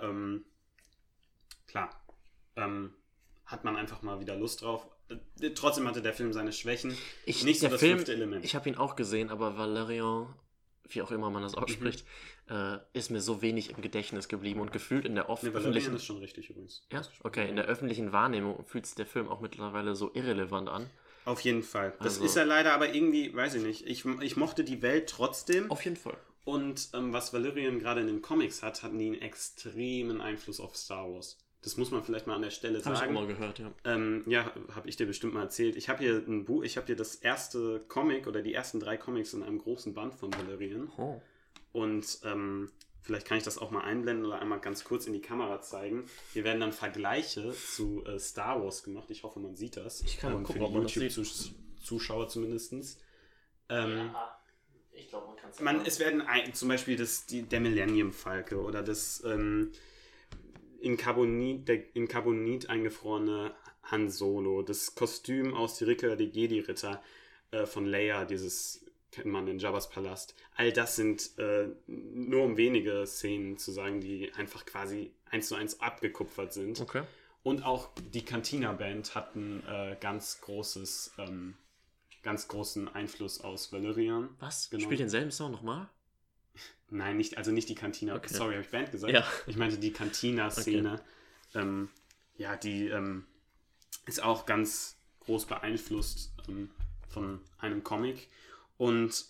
hat man einfach mal wieder Lust drauf. Trotzdem hatte der Film seine Schwächen. Nicht so das fünfte Element. Ich habe ihn auch gesehen, aber Valerian, wie auch immer man das ausspricht, ist mir so wenig im Gedächtnis geblieben und gefühlt in der Valerian ist schon richtig übrigens. Ja, okay. In der öffentlichen Wahrnehmung fühlt sich der Film auch mittlerweile so irrelevant an. Auf jeden Fall. Das ist er leider, aber irgendwie, weiß ich nicht. Ich mochte die Welt trotzdem. Auf jeden Fall. Und was Valerian gerade in den Comics hatten die einen extremen Einfluss auf Star Wars. Das muss man vielleicht mal an der Stelle sagen. Habe ich auch mal gehört, ja. Ja, habe ich dir bestimmt mal erzählt. Ich habe hier ein Buch, ich habe hier das erste Comic oder die ersten 3 Comics in einem großen Band von Valerian. Oh. Und vielleicht kann ich das auch mal einblenden oder einmal ganz kurz in die Kamera zeigen. Hier werden dann Vergleiche zu Star Wars gemacht. Ich hoffe, man sieht das. Ich kann mal gucken, für die YouTube-Zuschauer zumindest. Ja, ich glaube, man kann es. Es werden zum Beispiel der Millennium-Falke oder das in Carbonit eingefrorene Han Solo, das Kostüm aus Die Rückkehr der Jedi-Ritter von Leia, dieses kennt man in Jabba's Palast. All das sind nur um wenige Szenen zu sagen, die einfach quasi 1:1 abgekupfert sind. Okay. Und auch die Cantina-Band hat einen ganz großen Einfluss aus Valerian. Was? Genau. Spielt denselben Song nochmal? Nein, nicht die Cantina. Okay. Sorry, habe ich Band gesagt? Ja. Ich meinte die Cantina-Szene. Okay. Die ist auch ganz groß beeinflusst von einem Comic. Und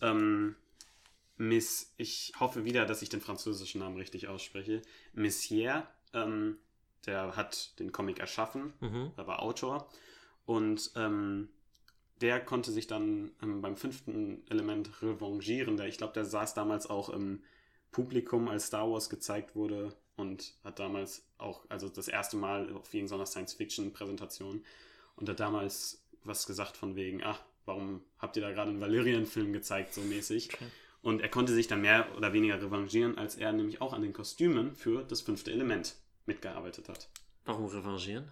ich hoffe wieder, dass ich den französischen Namen richtig ausspreche. Messier, der hat den Comic erschaffen, er war Autor. Und der konnte sich dann beim 5. Element revanchieren. Ich glaube, der saß damals auch im Publikum, als Star Wars gezeigt wurde und hat damals auch, also das erste Mal auf irgendeiner Science-Fiction-Präsentation und hat damals was gesagt von wegen, warum habt ihr da gerade einen Valerian-Film gezeigt, so mäßig. Okay. Und er konnte sich dann mehr oder weniger revanchieren, als er nämlich auch an den Kostümen für das 5. Element mitgearbeitet hat. Warum revanchieren?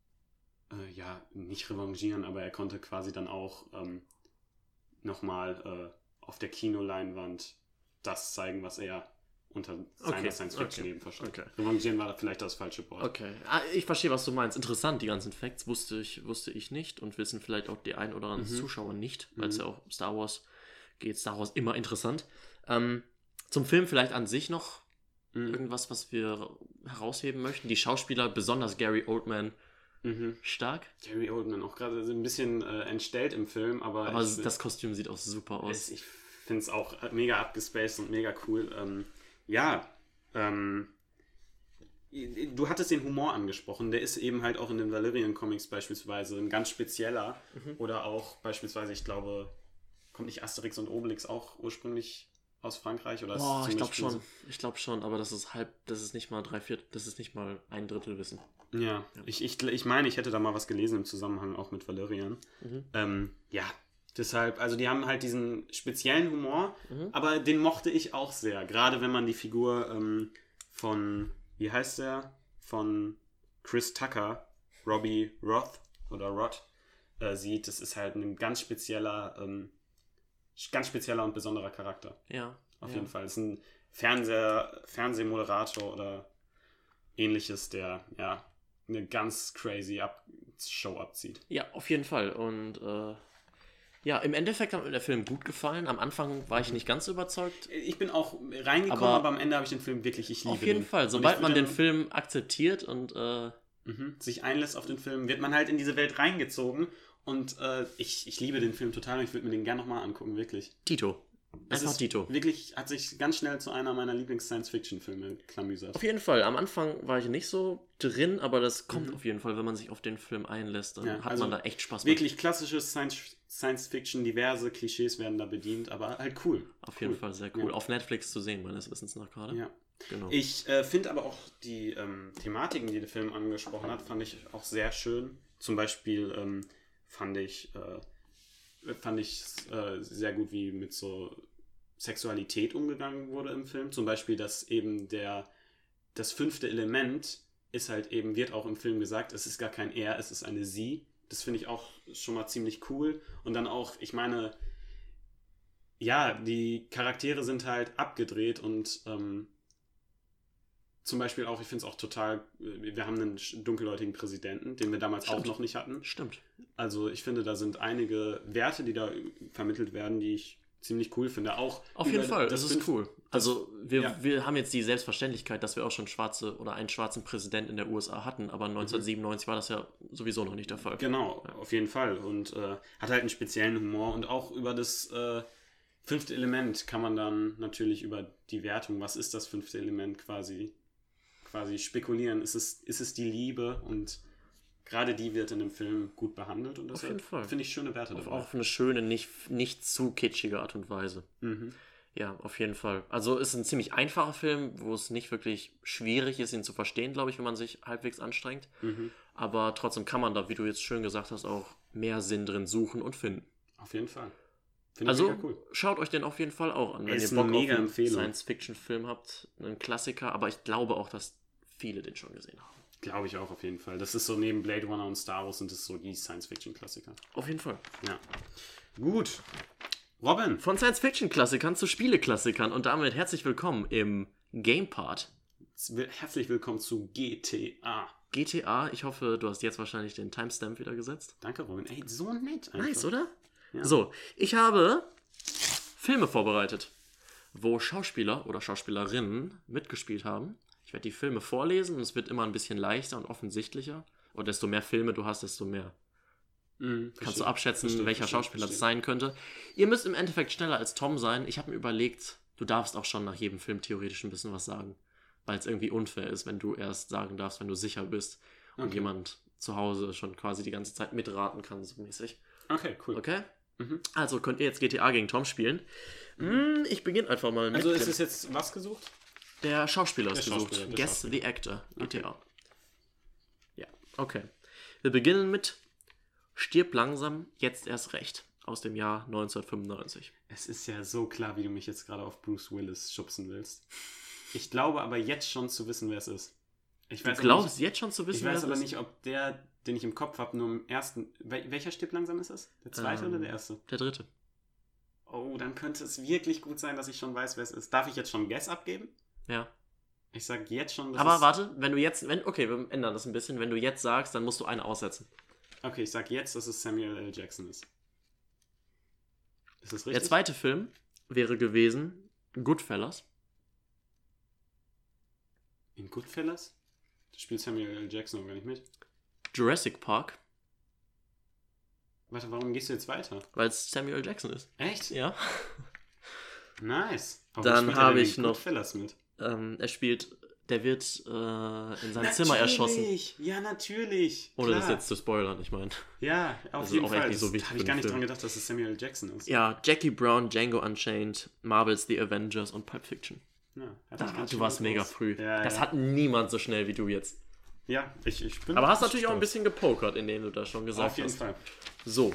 Nicht revanchieren, aber er konnte quasi dann auch nochmal auf der Kinoleinwand das zeigen, was er unter seiner Science-Fiction-Leben verstand. Okay. Revanchieren war vielleicht das falsche Wort. Okay, ich verstehe, was du meinst. Interessant, die ganzen Facts wusste ich nicht und wissen vielleicht auch die ein oder anderen Zuschauer nicht, weil es ja auch Star Wars geht. Star Wars immer interessant. Zum Film vielleicht an sich noch irgendwas, was wir herausheben möchten. Die Schauspieler, besonders Gary Oldman, stark. Gary Oldman auch gerade ein bisschen entstellt im Film, aber das Kostüm sieht auch super aus. Ich finde es auch mega abgespaced und mega cool. Du hattest den Humor angesprochen, der ist eben halt auch in den Valerian-Comics beispielsweise ein ganz spezieller. Oder auch beispielsweise, ich glaube, kommt nicht Asterix und Obelix auch ursprünglich aus Frankreich? Oder ich glaube schon. Ich glaube schon, aber das ist nicht mal 3/4, das ist nicht mal 1/3 Wissen. Ja. Ich meine, ich hätte da mal was gelesen im Zusammenhang auch mit Valerian. Deshalb, also die haben halt diesen speziellen Humor, aber den mochte ich auch sehr. Gerade wenn man die Figur von, wie heißt der? Von Chris Tucker, Robbie Roth oder Roth sieht. Das ist halt ein ganz spezieller und besonderer Charakter. Ja. Auf jeden Fall. Das ist ein Fernsehmoderator oder ähnliches, der eine ganz crazy Show abzieht. Ja, auf jeden Fall. Und im Endeffekt hat mir der Film gut gefallen. Am Anfang war ich nicht ganz überzeugt. Ich bin auch reingekommen, aber am Ende habe ich den Film wirklich, ich liebe ihn. Auf jeden Fall. Sobald man den Film akzeptiert und sich einlässt auf den Film, wird man halt in diese Welt reingezogen. Und ich liebe den Film total und ich würde mir den gerne nochmal angucken, wirklich. Tito. Einfach Dito. Wirklich, hat sich ganz schnell zu einer meiner Lieblings-Science-Fiction-Filme klamüsert. Auf jeden Fall. Am Anfang war ich nicht so drin, aber das kommt auf jeden Fall, wenn man sich auf den Film einlässt. Dann hat man da echt Spaß mit. Wirklich klassisches Science-Fiction, diverse Klischees werden da bedient, aber halt cool. Auf jeden Fall sehr cool. Ja. Auf Netflix zu sehen, meines Wissens nach gerade. Ja. Genau. Ich finde aber auch die Thematiken, die der Film angesprochen hat, fand ich auch sehr schön. Zum Beispiel fand ich sehr gut, wie mit so Sexualität umgegangen wurde im Film. Zum Beispiel, dass eben das 5. Element ist halt eben, wird auch im Film gesagt, es ist gar kein Er, es ist eine Sie. Das finde ich auch schon mal ziemlich cool. Und dann auch, ich meine, ja, die Charaktere sind halt abgedreht und zum Beispiel auch, ich finde es auch total, wir haben einen dunkelhäutigen Präsidenten, den wir damals auch noch nicht hatten. Stimmt. Also ich finde, da sind einige Werte, die da vermittelt werden, die ich ziemlich cool finde. Auch auf jeden Fall, das ist cool. Also wir haben jetzt die Selbstverständlichkeit, dass wir auch schon einen schwarzen Präsidenten in der USA hatten, aber 1997 war das ja sowieso noch nicht der Fall. Genau, ja. Auf jeden Fall. Und hat halt einen speziellen Humor und auch über das 5. Element kann man dann natürlich über die Wertung, was ist das 5. Element quasi spekulieren. Ist es die Liebe? Und gerade die wird in dem Film gut behandelt und das finde ich schöne Werte dabei. Auf eine schöne, nicht zu kitschige Art und Weise. Ja, auf jeden Fall. Also ist ein ziemlich einfacher Film, wo es nicht wirklich schwierig ist, ihn zu verstehen, glaube ich, wenn man sich halbwegs anstrengt. Aber trotzdem kann man da, wie du jetzt schön gesagt hast, auch mehr Sinn drin suchen und finden. Auf jeden Fall. Also cool. Schaut euch den auf jeden Fall auch an, wenn ihr Bock auf einen Science-Fiction-Film habt. Einen Klassiker, aber ich glaube auch, dass viele den schon gesehen haben. Glaube ich auch auf jeden Fall. Das ist so neben Blade Runner und Star Wars sind das so die Science-Fiction-Klassiker. Auf jeden Fall. Ja. Gut. Robin. Von Science-Fiction-Klassikern zu Spiele-Klassikern und damit herzlich willkommen im Game-Part. Herzlich willkommen zu GTA. GTA, ich hoffe, du hast jetzt wahrscheinlich den Timestamp wieder gesetzt. Danke, Robin. Ey, so nett einfach. Nice, oder? Ja. So, ich habe Filme vorbereitet, wo Schauspieler oder Schauspielerinnen mitgespielt haben. Ich werde die Filme vorlesen und es wird immer ein bisschen leichter und offensichtlicher. Und desto mehr Filme du hast, desto mehr kannst du abschätzen, welcher Schauspieler das sein könnte. Ihr müsst im Endeffekt schneller als Tom sein. Ich habe mir überlegt, du darfst auch schon nach jedem Film theoretisch ein bisschen was sagen. Weil es irgendwie unfair ist, wenn du erst sagen darfst, wenn du sicher bist. Und jemand zu Hause schon quasi die ganze Zeit mitraten kann, so mäßig. Okay, cool. Okay? Also könnt ihr jetzt GTA gegen Tom spielen. Ich beginne einfach mal mit. Also ist es jetzt was gesucht? Der Schauspieler ist gesucht. Guess the Actor. GTA. Okay. Ja, okay. Wir beginnen mit Stirb langsam, jetzt erst recht. Aus dem Jahr 1995. Es ist ja so klar, wie du mich jetzt gerade auf Bruce Willis schubsen willst. Ich glaube aber jetzt schon zu wissen, wer es ist. Du glaubst jetzt schon zu wissen, wer es ist? Ich weiß aber nicht, ob der, den ich im Kopf habe, nur im ersten... Welcher Stirb langsam ist es? Der zweite oder der erste? Der dritte. Oh, dann könnte es wirklich gut sein, dass ich schon weiß, wer es ist. Darf ich jetzt schon Guess abgeben? Ja. Ich sag jetzt schon, dass aber warte, wenn du jetzt... okay, wir ändern das ein bisschen. Wenn du jetzt sagst, dann musst du eine aussetzen. Okay, ich sag jetzt, dass es Samuel L. Jackson ist. Ist das richtig? Der zweite Film wäre gewesen Goodfellas. In Goodfellas? Da spielt Samuel L. Jackson auch gar nicht mit. Jurassic Park. Warte, warum gehst du jetzt weiter? Weil es Samuel L. Jackson ist. Echt? Ja. Nice. Warum dann habe ich noch Goodfellas mit. Er spielt... Der wird in seinem Zimmer erschossen. Ja, natürlich. Ohne das jetzt zu spoilern, ich meine. Ja, auf jeden Fall. So da habe ich gar nicht dran gedacht, dass es Samuel L. Jackson ist. Ja, Jackie Brown, Django Unchained, Marvel's The Avengers und Pulp Fiction. Ja, du warst mega früh. Ja, das hat niemand so schnell wie du jetzt. Ja, ich bin. Aber hast natürlich auch ein bisschen gepokert, indem du das schon gesagt hast. Auf jeden Fall. So.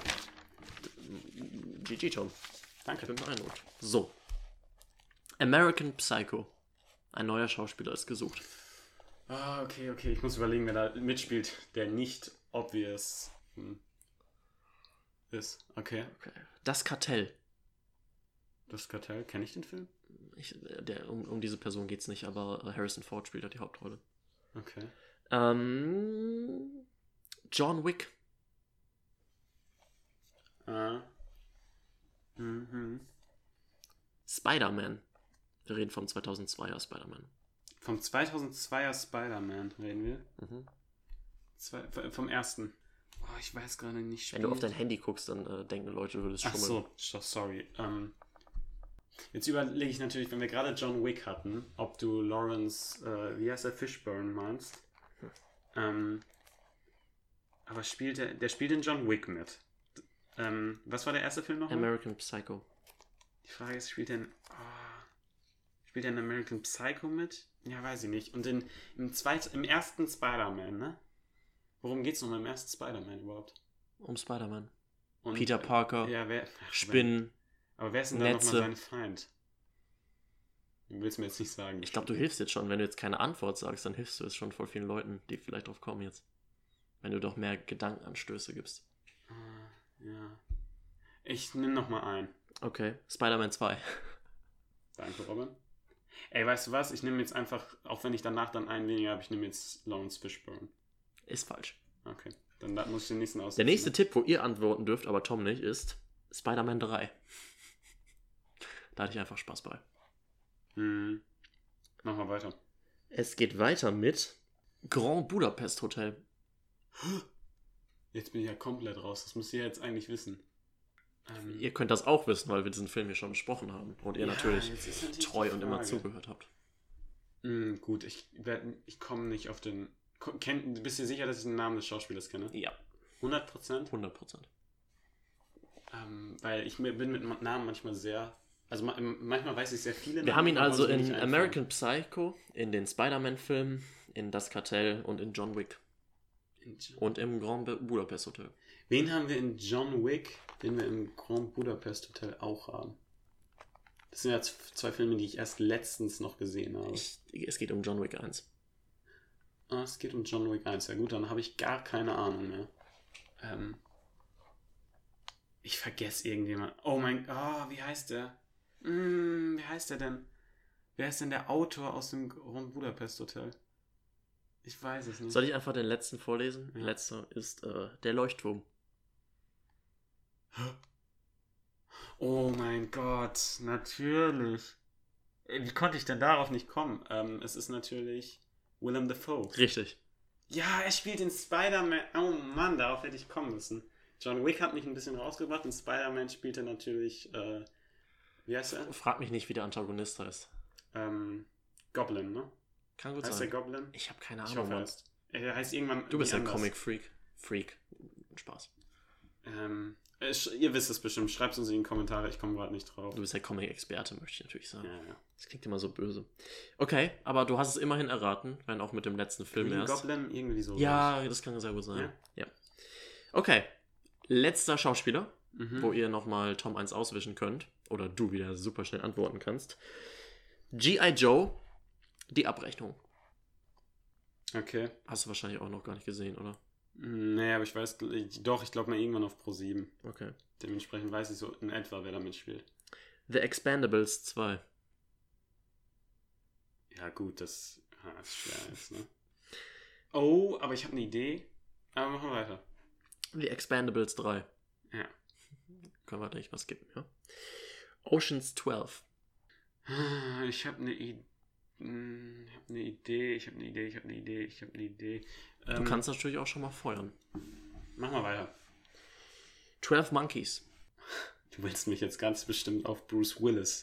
GG, Tom. Danke. Ich bin beeindruckt. So. American Psycho. Ein neuer Schauspieler ist gesucht. Ah, okay. Ich muss überlegen, wer da mitspielt, der nicht obvious ist. Okay. Das Kartell. Das Kartell? Kenne ich den Film? Um diese Person geht's nicht, aber Harrison Ford spielt da die Hauptrolle. Okay. John Wick. Spider-Man. Wir reden vom 2002er Spider-Man. Vom 2002er Spider-Man reden wir? Vom ersten. Oh, ich weiß gerade nicht. Wenn du auf dein Handy guckst, dann denken Leute, du würdest schummeln. Ach so, sorry. Jetzt überlege ich natürlich, wenn wir gerade John Wick hatten, ob du Lawrence, wie heißt der, Fishburne meinst. Aber der spielt in John Wick mit. Was war der erste Film noch? American Psycho. Die Frage ist, spielt er in American Psycho mit? Ja, weiß ich nicht. Und im ersten Spider-Man, ne? Worum geht's noch im ersten Spider-Man überhaupt? Um Spider-Man. Und, Peter Parker, ja, Spinnen, aber wer ist denn da nochmal sein Feind? Willst du mir jetzt nicht sagen? Ich glaube, du hilfst jetzt schon. Wenn du jetzt keine Antwort sagst, dann hilfst du es schon voll vielen Leuten, die vielleicht drauf kommen jetzt. Wenn du doch mehr Gedankenanstöße gibst. Ja. Ich nehme nochmal ein. Okay, Spider-Man 2. Danke, Robin. Ey, weißt du was? Ich nehme jetzt einfach, auch wenn ich danach dann einen weniger habe, ich nehme jetzt Lawrence Fishburne. Ist falsch. Okay, dann muss ich den nächsten aussetzen. Der nächste Tipp, wo ihr antworten dürft, aber Tom nicht, ist Spider-Man 3. Da hatte ich einfach Spaß bei. Mach mal weiter. Es geht weiter mit Grand Budapest Hotel. Jetzt bin ich ja komplett raus. Das müsst ihr jetzt eigentlich wissen. Ihr könnt das auch wissen, weil wir diesen Film hier schon besprochen haben. Und ihr natürlich treu und immer zugehört habt. Gut, ich komme nicht auf den... Bist du sicher, dass ich den Namen des Schauspielers kenne? Ja. 100%? 100%. Weil ich bin mit Namen manchmal sehr... Also manchmal weiß ich sehr viele Namen. Wir haben ihn also in American Psycho, in den Spider-Man-Filmen, in Das Kartell und in John Wick. Und im Grand Budapest Hotel. Wen haben wir in John Wick, den wir im Grand Budapest Hotel auch haben? Das sind ja zwei Filme, die ich erst letztens noch gesehen habe. Es geht um John Wick 1. Es geht um John Wick 1. Ja gut, dann habe ich gar keine Ahnung mehr. Ich vergesse irgendjemand. Oh mein Gott, wie heißt der? Wie heißt der denn? Wer ist denn der Autor aus dem Grand Budapest Hotel? Ich weiß es nicht. Soll ich einfach den letzten vorlesen? Ja. Der letzte ist Der Leuchtturm. Oh mein Gott, natürlich. Wie konnte ich denn darauf nicht kommen? Es ist natürlich Willem Dafoe. Richtig. Ja, er spielt in Spider-Man. Oh Mann, darauf hätte ich kommen müssen. John Wick hat mich ein bisschen rausgebracht. In Spider-Man spielt er natürlich, wie heißt er? Frag mich nicht, wie der Antagonist heißt. Goblin, ne? Kann gut Heißt sein. der Goblin? Ich habe keine Ich Ahnung, hoffe, Mann. er heißt irgendwann. Du bist ein anders. Comic-Freak. Freak. Spaß. Ihr wisst es bestimmt. Schreibt es uns in die Kommentare. Ich komme gerade nicht drauf. Du bist der Comic-Experte, möchte ich natürlich sagen. Ja. Das klingt immer so böse. Okay, aber du hast es immerhin erraten, wenn auch mit dem letzten Film Green erst. Goblin, irgendwie so. Ja, das kann sehr gut sein. Ja. Okay, letzter Schauspieler, wo ihr nochmal Tom 1 auswischen könnt. Oder du wieder super schnell antworten kannst. G.I. Joe, die Abrechnung. Okay. Hast du wahrscheinlich auch noch gar nicht gesehen, oder? Nee, aber ich weiß, doch, ich glaube mal irgendwann auf Pro7. Okay. Dementsprechend weiß ich so in etwa, wer da mitspielt. The Expendables 2. Ja, gut, das ist schwer jetzt, ne? Oh, aber ich habe eine Idee. Aber machen wir weiter. The Expendables 3. Ja. Können wir da nicht was geben, ja? Oceans 12. Ich habe eine Idee. Ich habe eine Idee. Du kannst natürlich auch schon mal feuern. Mach mal weiter. 12 Monkeys. Du willst mich jetzt ganz bestimmt auf Bruce Willis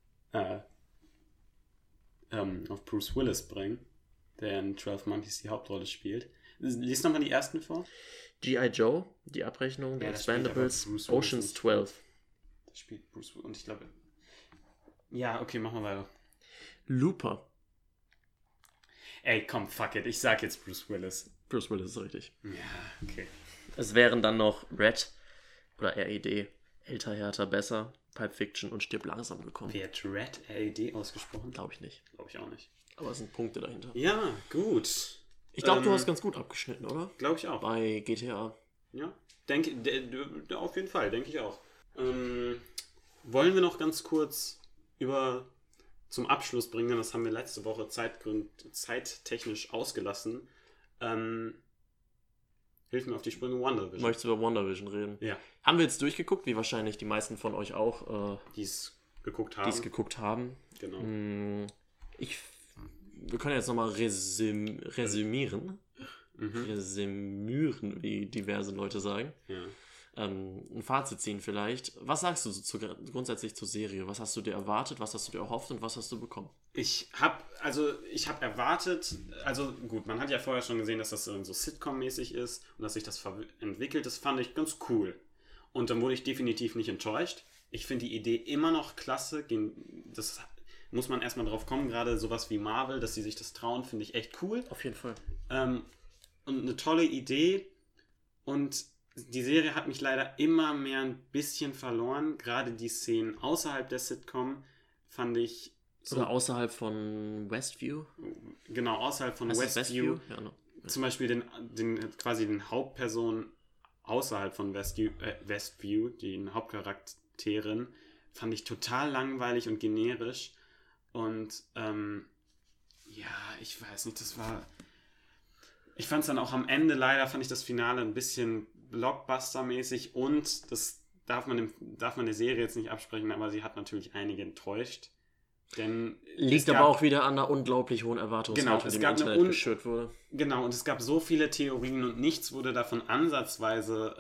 bringen, der in 12 Monkeys die Hauptrolle spielt. Lies nochmal die ersten vor. G.I. Joe, die Abrechnung, The Expendables, Oceans 12. Da spielt Bruce Willis und ich glaube... Ja, okay, machen wir weiter. Looper. Ey, komm, fuck it, ich sag jetzt Bruce Willis. Bruce Willis ist richtig. Ja, okay. Es wären dann noch Red oder R.E.D., Älter, Härter, Besser, Pulp Fiction und Stirb langsam gekommen. Wie hat Red R.E.D. ausgesprochen? Glaube ich nicht. Glaube ich auch nicht. Aber es sind Punkte dahinter. Ja, gut. Ich glaube, du hast ganz gut abgeschnitten, oder? Glaube ich auch. Bei GTA. Ja, auf jeden Fall, denke ich auch. Wollen wir noch ganz kurz zum Abschluss bringen, das haben wir letzte Woche zeittechnisch ausgelassen. Hilf mir auf die Sprünge, WandaVision. Möchtest du über WandaVision reden? Ja. Haben wir jetzt durchgeguckt, wie wahrscheinlich die meisten von euch auch, die es geguckt haben. Genau. Wir können jetzt nochmal resümieren. Resümieren, wie diverse Leute sagen. Ja. ein Fazit ziehen vielleicht. Was sagst du grundsätzlich zur Serie? Was hast du dir erwartet, was hast du dir erhofft und was hast du bekommen? Ich habe erwartet, also gut, man hat ja vorher schon gesehen, dass das so Sitcom-mäßig ist und dass sich das entwickelt. Das fand ich ganz cool. Und dann wurde ich definitiv nicht enttäuscht. Ich finde die Idee immer noch klasse. Das muss man erstmal drauf kommen. Gerade sowas wie Marvel, dass sie sich das trauen, finde ich echt cool. Auf jeden Fall. Und eine tolle Idee. Und die Serie hat mich leider immer mehr ein bisschen verloren. Gerade die Szenen außerhalb der Sitcom fand ich... Oder außerhalb von Westview? Genau, außerhalb von Westview. Ja, no. Zum Beispiel quasi den Hauptpersonen außerhalb von Westview, den Hauptcharakteren, fand ich total langweilig und generisch. Und ich weiß nicht, ich fand es dann auch am Ende leider, fand ich das Finale ein bisschen Blockbuster-mäßig und das darf man der Serie jetzt nicht absprechen, aber sie hat natürlich einige enttäuscht. Denn liegt aber auch wieder an einer unglaublich hohen Erwartungshaltung, die im Internet geschürt wurde. Genau, und es gab so viele Theorien und nichts wurde davon ansatzweise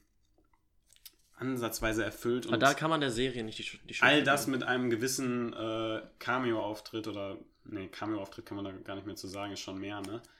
erfüllt. Aber da kann man der Serie nicht die Schuld all das mit einem gewissen Cameo-Auftritt Cameo-Auftritt kann man da gar nicht mehr zu sagen, ist schon mehr, ne?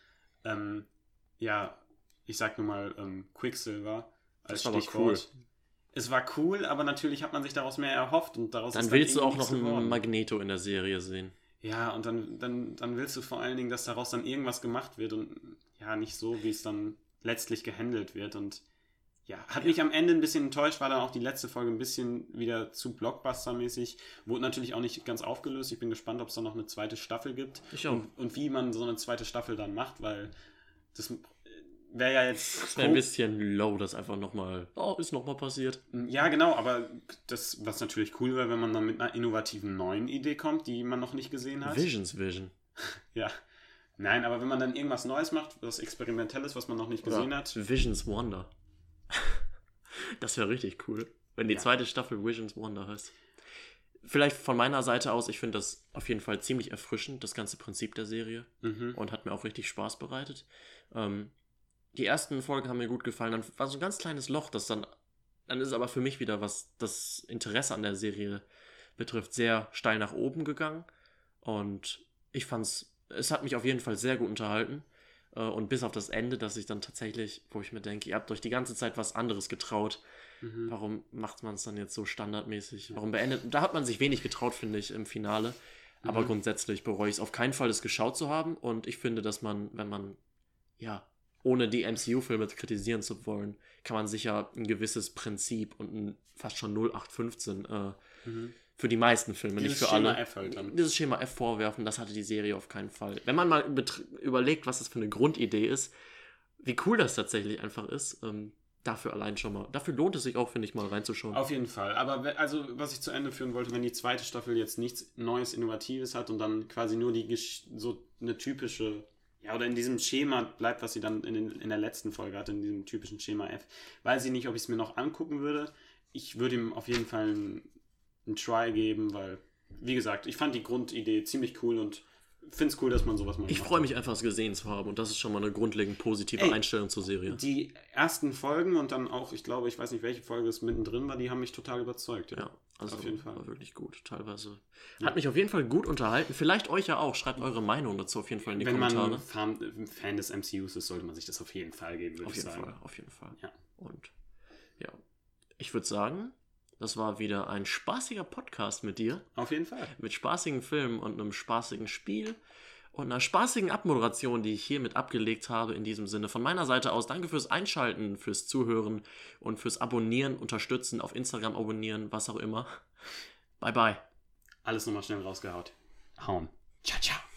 Ich sag nur mal Quicksilver als Stichwort. Cool. Es war cool, aber natürlich hat man sich daraus mehr erhofft und daraus dann willst du auch noch einen Magneto in der Serie sehen. Ja, und dann willst du vor allen Dingen, dass daraus dann irgendwas gemacht wird und ja, nicht so, wie es dann letztlich gehandelt wird und hat mich am Ende ein bisschen enttäuscht, war dann auch die letzte Folge ein bisschen wieder zu Blockbuster-mäßig. Wurde natürlich auch nicht ganz aufgelöst. Ich bin gespannt, ob es da noch eine zweite Staffel gibt. Ich auch. Und wie man so eine zweite Staffel dann macht, weil das wäre ja jetzt... Das wäre ein bisschen low, das einfach nochmal... ist nochmal passiert. Ja, genau, aber das, was natürlich cool wäre, wenn man dann mit einer innovativen neuen Idee kommt, die man noch nicht gesehen hat. Vision. Ja. Nein, aber wenn man dann irgendwas Neues macht, was Experimentelles, was man noch nicht gesehen hat. Visions Wonder. Das wäre richtig cool, wenn die zweite Staffel Visions Wonder heißt. Vielleicht von meiner Seite aus, ich finde das auf jeden Fall ziemlich erfrischend, das ganze Prinzip der Serie. Und hat mir auch richtig Spaß bereitet. Die ersten Folgen haben mir gut gefallen. Dann war so ein ganz kleines Loch, dann ist es aber für mich wieder, was das Interesse an der Serie betrifft, sehr steil nach oben gegangen. Und ich fand's, es hat mich auf jeden Fall sehr gut unterhalten. Und bis auf das Ende, dass ich dann tatsächlich, wo ich mir denke, ihr habt euch die ganze Zeit was anderes getraut. Warum macht man es dann jetzt so standardmäßig? Warum beendet? Da hat man sich wenig getraut, finde ich, im Finale. Aber grundsätzlich bereue ich es auf keinen Fall, es geschaut zu haben. Und ich finde, dass man, wenn man, ohne die MCU-Filme kritisieren zu wollen, kann man sicher ein gewisses Prinzip und ein fast schon 0815 für die meisten Filme, nicht für alle, dieses Schema F vorwerfen. Das hatte die Serie auf keinen Fall. Wenn man mal überlegt, was das für eine Grundidee ist, wie cool das tatsächlich einfach ist, dafür allein schon mal. Dafür lohnt es sich auch, finde ich, mal reinzuschauen. Auf jeden Fall. Aber was ich zu Ende führen wollte, wenn die zweite Staffel jetzt nichts Neues, Innovatives hat und dann quasi nur so eine typische, oder in diesem Schema bleibt, was sie dann in der letzten Folge hatte, in diesem typischen Schema F, weiß ich nicht, ob ich es mir noch angucken würde. Ich würde ihm auf jeden Fall einen Try geben, weil, wie gesagt, ich fand die Grundidee ziemlich cool und finde es cool, dass man sowas mal macht. Ich freue mich einfach, es gesehen zu haben und das ist schon mal eine grundlegend positive Einstellung zur Serie. Die ersten Folgen und dann auch, ich weiß nicht, welche Folge es mittendrin war, die haben mich total überzeugt. Ja, also auf jeden Fall. War wirklich gut, teilweise. Hat mich auf jeden Fall gut unterhalten, vielleicht euch ja auch. Schreibt eure Meinung dazu auf jeden Fall in die Kommentare. Wenn man Fan des MCUs ist, sollte man sich das auf jeden Fall geben, würde ich sagen. Auf jeden Fall. Ja. Und ich würde sagen, das war wieder ein spaßiger Podcast mit dir. Auf jeden Fall. Mit spaßigen Filmen und einem spaßigen Spiel und einer spaßigen Abmoderation, die ich hiermit abgelegt habe. In diesem Sinne von meiner Seite aus, danke fürs Einschalten, fürs Zuhören und fürs Abonnieren, Unterstützen, auf Instagram abonnieren, was auch immer. Bye, bye. Alles nochmal schnell rausgehauen. Ciao, ciao.